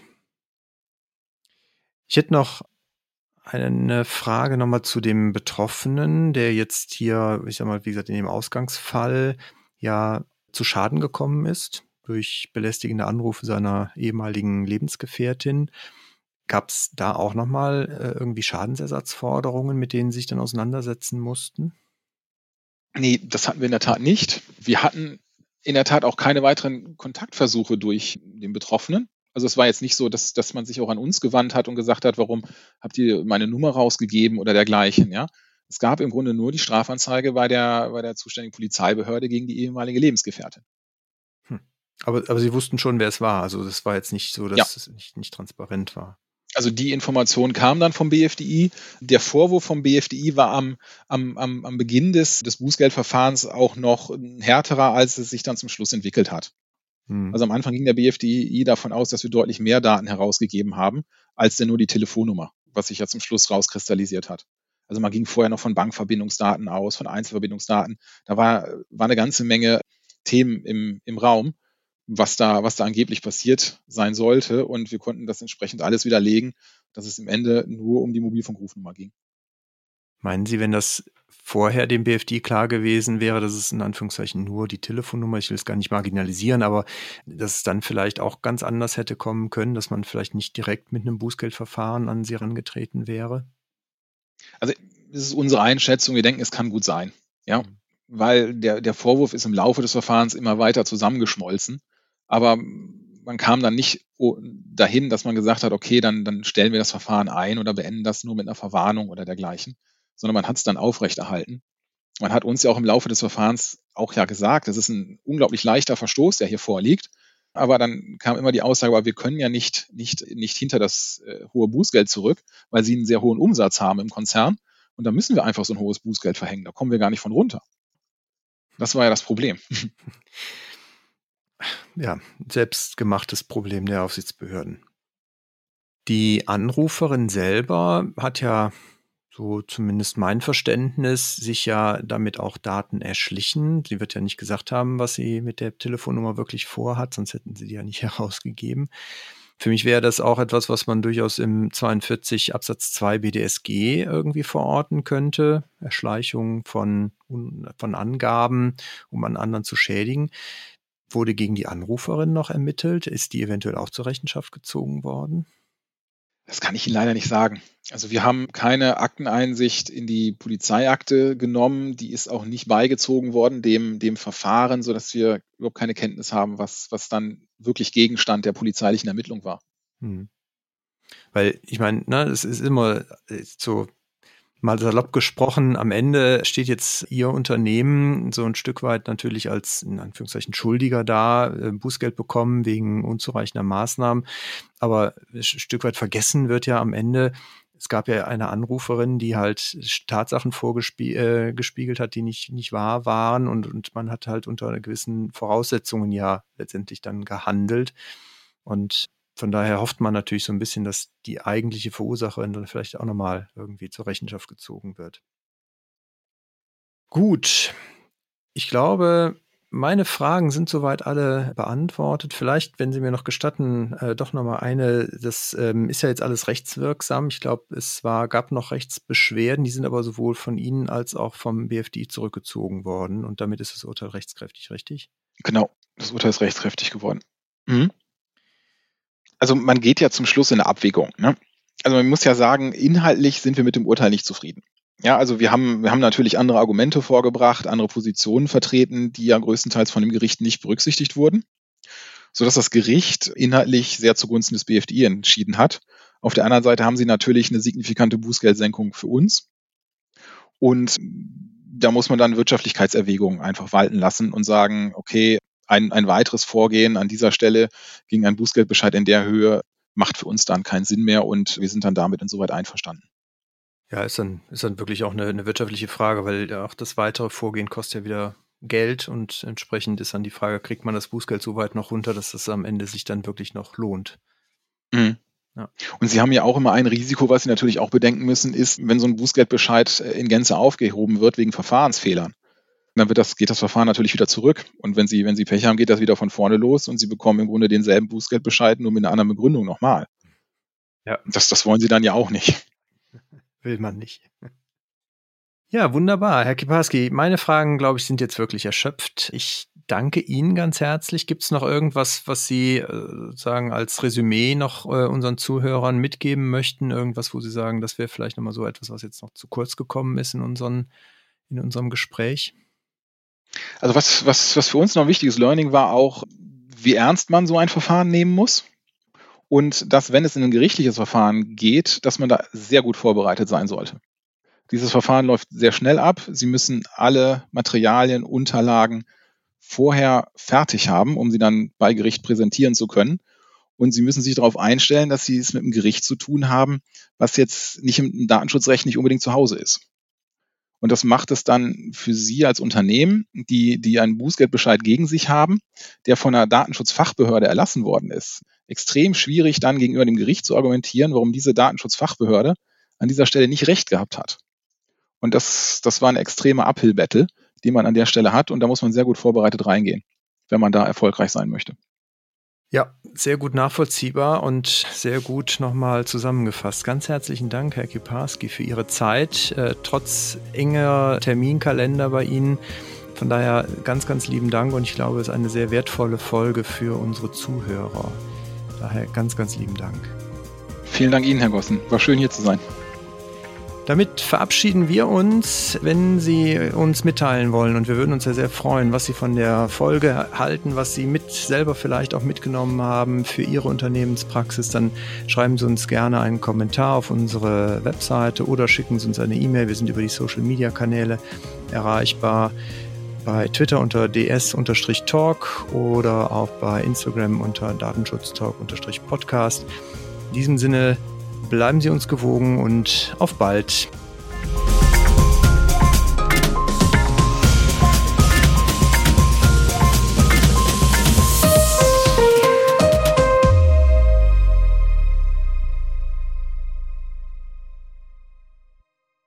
Ich hätte noch eine Frage nochmal zu dem Betroffenen, der jetzt hier, ich sag mal, wie gesagt, in dem Ausgangsfall ja zu Schaden gekommen ist durch belästigende Anrufe seiner ehemaligen Lebensgefährtin. Gab es da auch nochmal irgendwie Schadensersatzforderungen, mit denen Sie sich dann auseinandersetzen mussten? Nee, das hatten wir in der Tat nicht. Wir hatten in der Tat auch keine weiteren Kontaktversuche durch den Betroffenen. Also es war jetzt nicht so, dass man sich auch an uns gewandt hat und gesagt hat, warum habt ihr meine Nummer rausgegeben oder dergleichen, ja. Es gab im Grunde nur die Strafanzeige bei der zuständigen Polizeibehörde gegen die ehemalige Lebensgefährtin. Hm. Aber Sie wussten schon, wer es war. Also das war jetzt nicht so, Ja. dass es nicht transparent war. Also die Information kam dann vom BFDI. Der Vorwurf vom BFDI war am Beginn des Bußgeldverfahrens auch noch härterer, als es sich dann zum Schluss entwickelt hat. Hm. Also am Anfang ging der BFDI davon aus, dass wir deutlich mehr Daten herausgegeben haben, als denn nur die Telefonnummer, was sich ja zum Schluss rauskristallisiert hat. Also man ging vorher noch von Bankverbindungsdaten aus, von Einzelverbindungsdaten. Da war eine ganze Menge Themen im Raum, was da angeblich passiert sein sollte. Und wir konnten das entsprechend alles widerlegen, dass es im Ende nur um die Mobilfunkrufnummer ging. Meinen Sie, wenn das vorher dem BFD klar gewesen wäre, dass es in Anführungszeichen nur die Telefonnummer, ich will es gar nicht marginalisieren, aber dass es dann vielleicht auch ganz anders hätte kommen können, dass man vielleicht nicht direkt mit einem Bußgeldverfahren an Sie herangetreten wäre? Also es ist unsere Einschätzung, wir denken, es kann gut sein. Ja, Mhm. weil der Vorwurf ist im Laufe des Verfahrens immer weiter zusammengeschmolzen. Aber man kam dann nicht dahin, dass man gesagt hat, okay, dann stellen wir das Verfahren ein oder beenden das nur mit einer Verwarnung oder dergleichen, sondern man hat es dann aufrechterhalten. Man hat uns ja auch im Laufe des Verfahrens auch ja gesagt, das ist ein unglaublich leichter Verstoß, der hier vorliegt. Aber dann kam immer die Aussage, aber wir können ja nicht hinter das hohe Bußgeld zurück, weil sie einen sehr hohen Umsatz haben im Konzern. Und da müssen wir einfach so ein hohes Bußgeld verhängen. Da kommen wir gar nicht von runter. Das war ja das Problem. Ja, selbstgemachtes Problem der Aufsichtsbehörden. Die Anruferin selber hat ja, so zumindest mein Verständnis, sich ja damit auch Daten erschlichen. Sie wird ja nicht gesagt haben, was sie mit der Telefonnummer wirklich vorhat, sonst hätten sie die ja nicht herausgegeben. Für mich wäre das auch etwas, was man durchaus im 42 Absatz 2 BDSG irgendwie verorten könnte. Erschleichung von Angaben, um einen anderen zu schädigen. Wurde gegen die Anruferin noch ermittelt? Ist die eventuell auch zur Rechenschaft gezogen worden? Das kann ich Ihnen leider nicht sagen. Also wir haben keine Akteneinsicht in die Polizeiakte genommen. Die ist auch nicht beigezogen worden dem Verfahren, sodass wir überhaupt keine Kenntnis haben, was dann wirklich Gegenstand der polizeilichen Ermittlung war. Hm. Weil ich meine, ne, es ist immer so mal salopp gesprochen, am Ende steht jetzt Ihr Unternehmen so ein Stück weit natürlich als, in Anführungszeichen, Schuldiger da, Bußgeld bekommen wegen unzureichender Maßnahmen. Aber ein Stück weit vergessen wird ja am Ende, es gab ja eine Anruferin, die halt Tatsachen vorgespiegelt hat, die nicht wahr waren. Und man hat halt unter gewissen Voraussetzungen ja letztendlich dann gehandelt. Und von daher hofft man natürlich so ein bisschen, dass die eigentliche Verursacherin dann vielleicht auch nochmal irgendwie zur Rechenschaft gezogen wird. Gut, ich glaube, meine Fragen sind soweit alle beantwortet. Vielleicht, wenn Sie mir noch gestatten, doch nochmal eine. Das ist ja jetzt alles rechtswirksam. Ich glaube, gab noch Rechtsbeschwerden, die sind aber sowohl von Ihnen als auch vom BfDI zurückgezogen worden. Und damit ist das Urteil rechtskräftig, richtig? Genau, das Urteil ist rechtskräftig geworden. Mhm. Also man geht ja zum Schluss in eine Abwägung. Ne? Also man muss ja sagen, inhaltlich sind wir mit dem Urteil nicht zufrieden. Ja, also wir haben natürlich andere Argumente vorgebracht, andere Positionen vertreten, die ja größtenteils von dem Gericht nicht berücksichtigt wurden, sodass das Gericht inhaltlich sehr zugunsten des BfDI entschieden hat. Auf der anderen Seite haben sie natürlich eine signifikante Bußgeldsenkung für uns. Und da muss man dann Wirtschaftlichkeitserwägungen einfach walten lassen und sagen, okay, ein weiteres Vorgehen an dieser Stelle gegen einen Bußgeldbescheid in der Höhe macht für uns dann keinen Sinn mehr und wir sind dann damit insoweit einverstanden. Ja, ist dann wirklich auch eine wirtschaftliche Frage, weil ja auch das weitere Vorgehen kostet ja wieder Geld und entsprechend ist dann die Frage, kriegt man das Bußgeld so weit noch runter, dass das am Ende sich dann wirklich noch lohnt. Mhm. Ja. Und Sie haben ja auch immer ein Risiko, was Sie natürlich auch bedenken müssen, ist, wenn so ein Bußgeldbescheid in Gänze aufgehoben wird wegen Verfahrensfehlern, dann geht das Verfahren natürlich wieder zurück. Und wenn Sie Pech haben, geht das wieder von vorne los und Sie bekommen im Grunde denselben Bußgeldbescheid, nur mit einer anderen Begründung nochmal. Ja. Das wollen Sie dann ja auch nicht. Will man nicht. Ja, wunderbar. Herr Kiparski, meine Fragen, glaube ich, sind jetzt wirklich erschöpft. Ich danke Ihnen ganz herzlich. Gibt es noch irgendwas, was Sie sagen als Resümee noch unseren Zuhörern mitgeben möchten? Irgendwas, wo Sie sagen, das wäre vielleicht nochmal so etwas, was jetzt noch zu kurz gekommen ist in unserem Gespräch? Also was für uns noch ein wichtiges Learning war auch, wie ernst man so ein Verfahren nehmen muss. Und dass, wenn es in ein gerichtliches Verfahren geht, dass man da sehr gut vorbereitet sein sollte. Dieses Verfahren läuft sehr schnell ab. Sie müssen alle Materialien, Unterlagen vorher fertig haben, um sie dann bei Gericht präsentieren zu können. Und Sie müssen sich darauf einstellen, dass Sie es mit einem Gericht zu tun haben, was jetzt nicht im Datenschutzrecht nicht unbedingt zu Hause ist. Und das macht es dann für Sie als Unternehmen, die einen Bußgeldbescheid gegen sich haben, der von einer Datenschutzfachbehörde erlassen worden ist, extrem schwierig, dann gegenüber dem Gericht zu argumentieren, warum diese Datenschutzfachbehörde an dieser Stelle nicht recht gehabt hat. Und das war ein extremer Uphill-Battle, den man an der Stelle hat. Und da muss man sehr gut vorbereitet reingehen, wenn man da erfolgreich sein möchte. Ja, sehr gut nachvollziehbar und sehr gut nochmal zusammengefasst. Ganz herzlichen Dank, Herr Kiparski, für Ihre Zeit, trotz enger Terminkalender bei Ihnen. Von daher ganz, ganz lieben Dank und ich glaube, es ist eine sehr wertvolle Folge für unsere Zuhörer. Daher ganz, ganz lieben Dank. Vielen Dank Ihnen, Herr Gossen. War schön, hier zu sein. Damit verabschieden wir uns, wenn Sie uns mitteilen wollen und wir würden uns ja sehr freuen, was Sie von der Folge halten, was Sie selber vielleicht auch mitgenommen haben für Ihre Unternehmenspraxis, dann schreiben Sie uns gerne einen Kommentar auf unsere Webseite oder schicken Sie uns eine E-Mail. Wir sind über die Social-Media-Kanäle erreichbar, bei Twitter unter ds-talk oder auch bei Instagram unter datenschutztalk-podcast. In diesem Sinne, bleiben Sie uns gewogen und auf bald.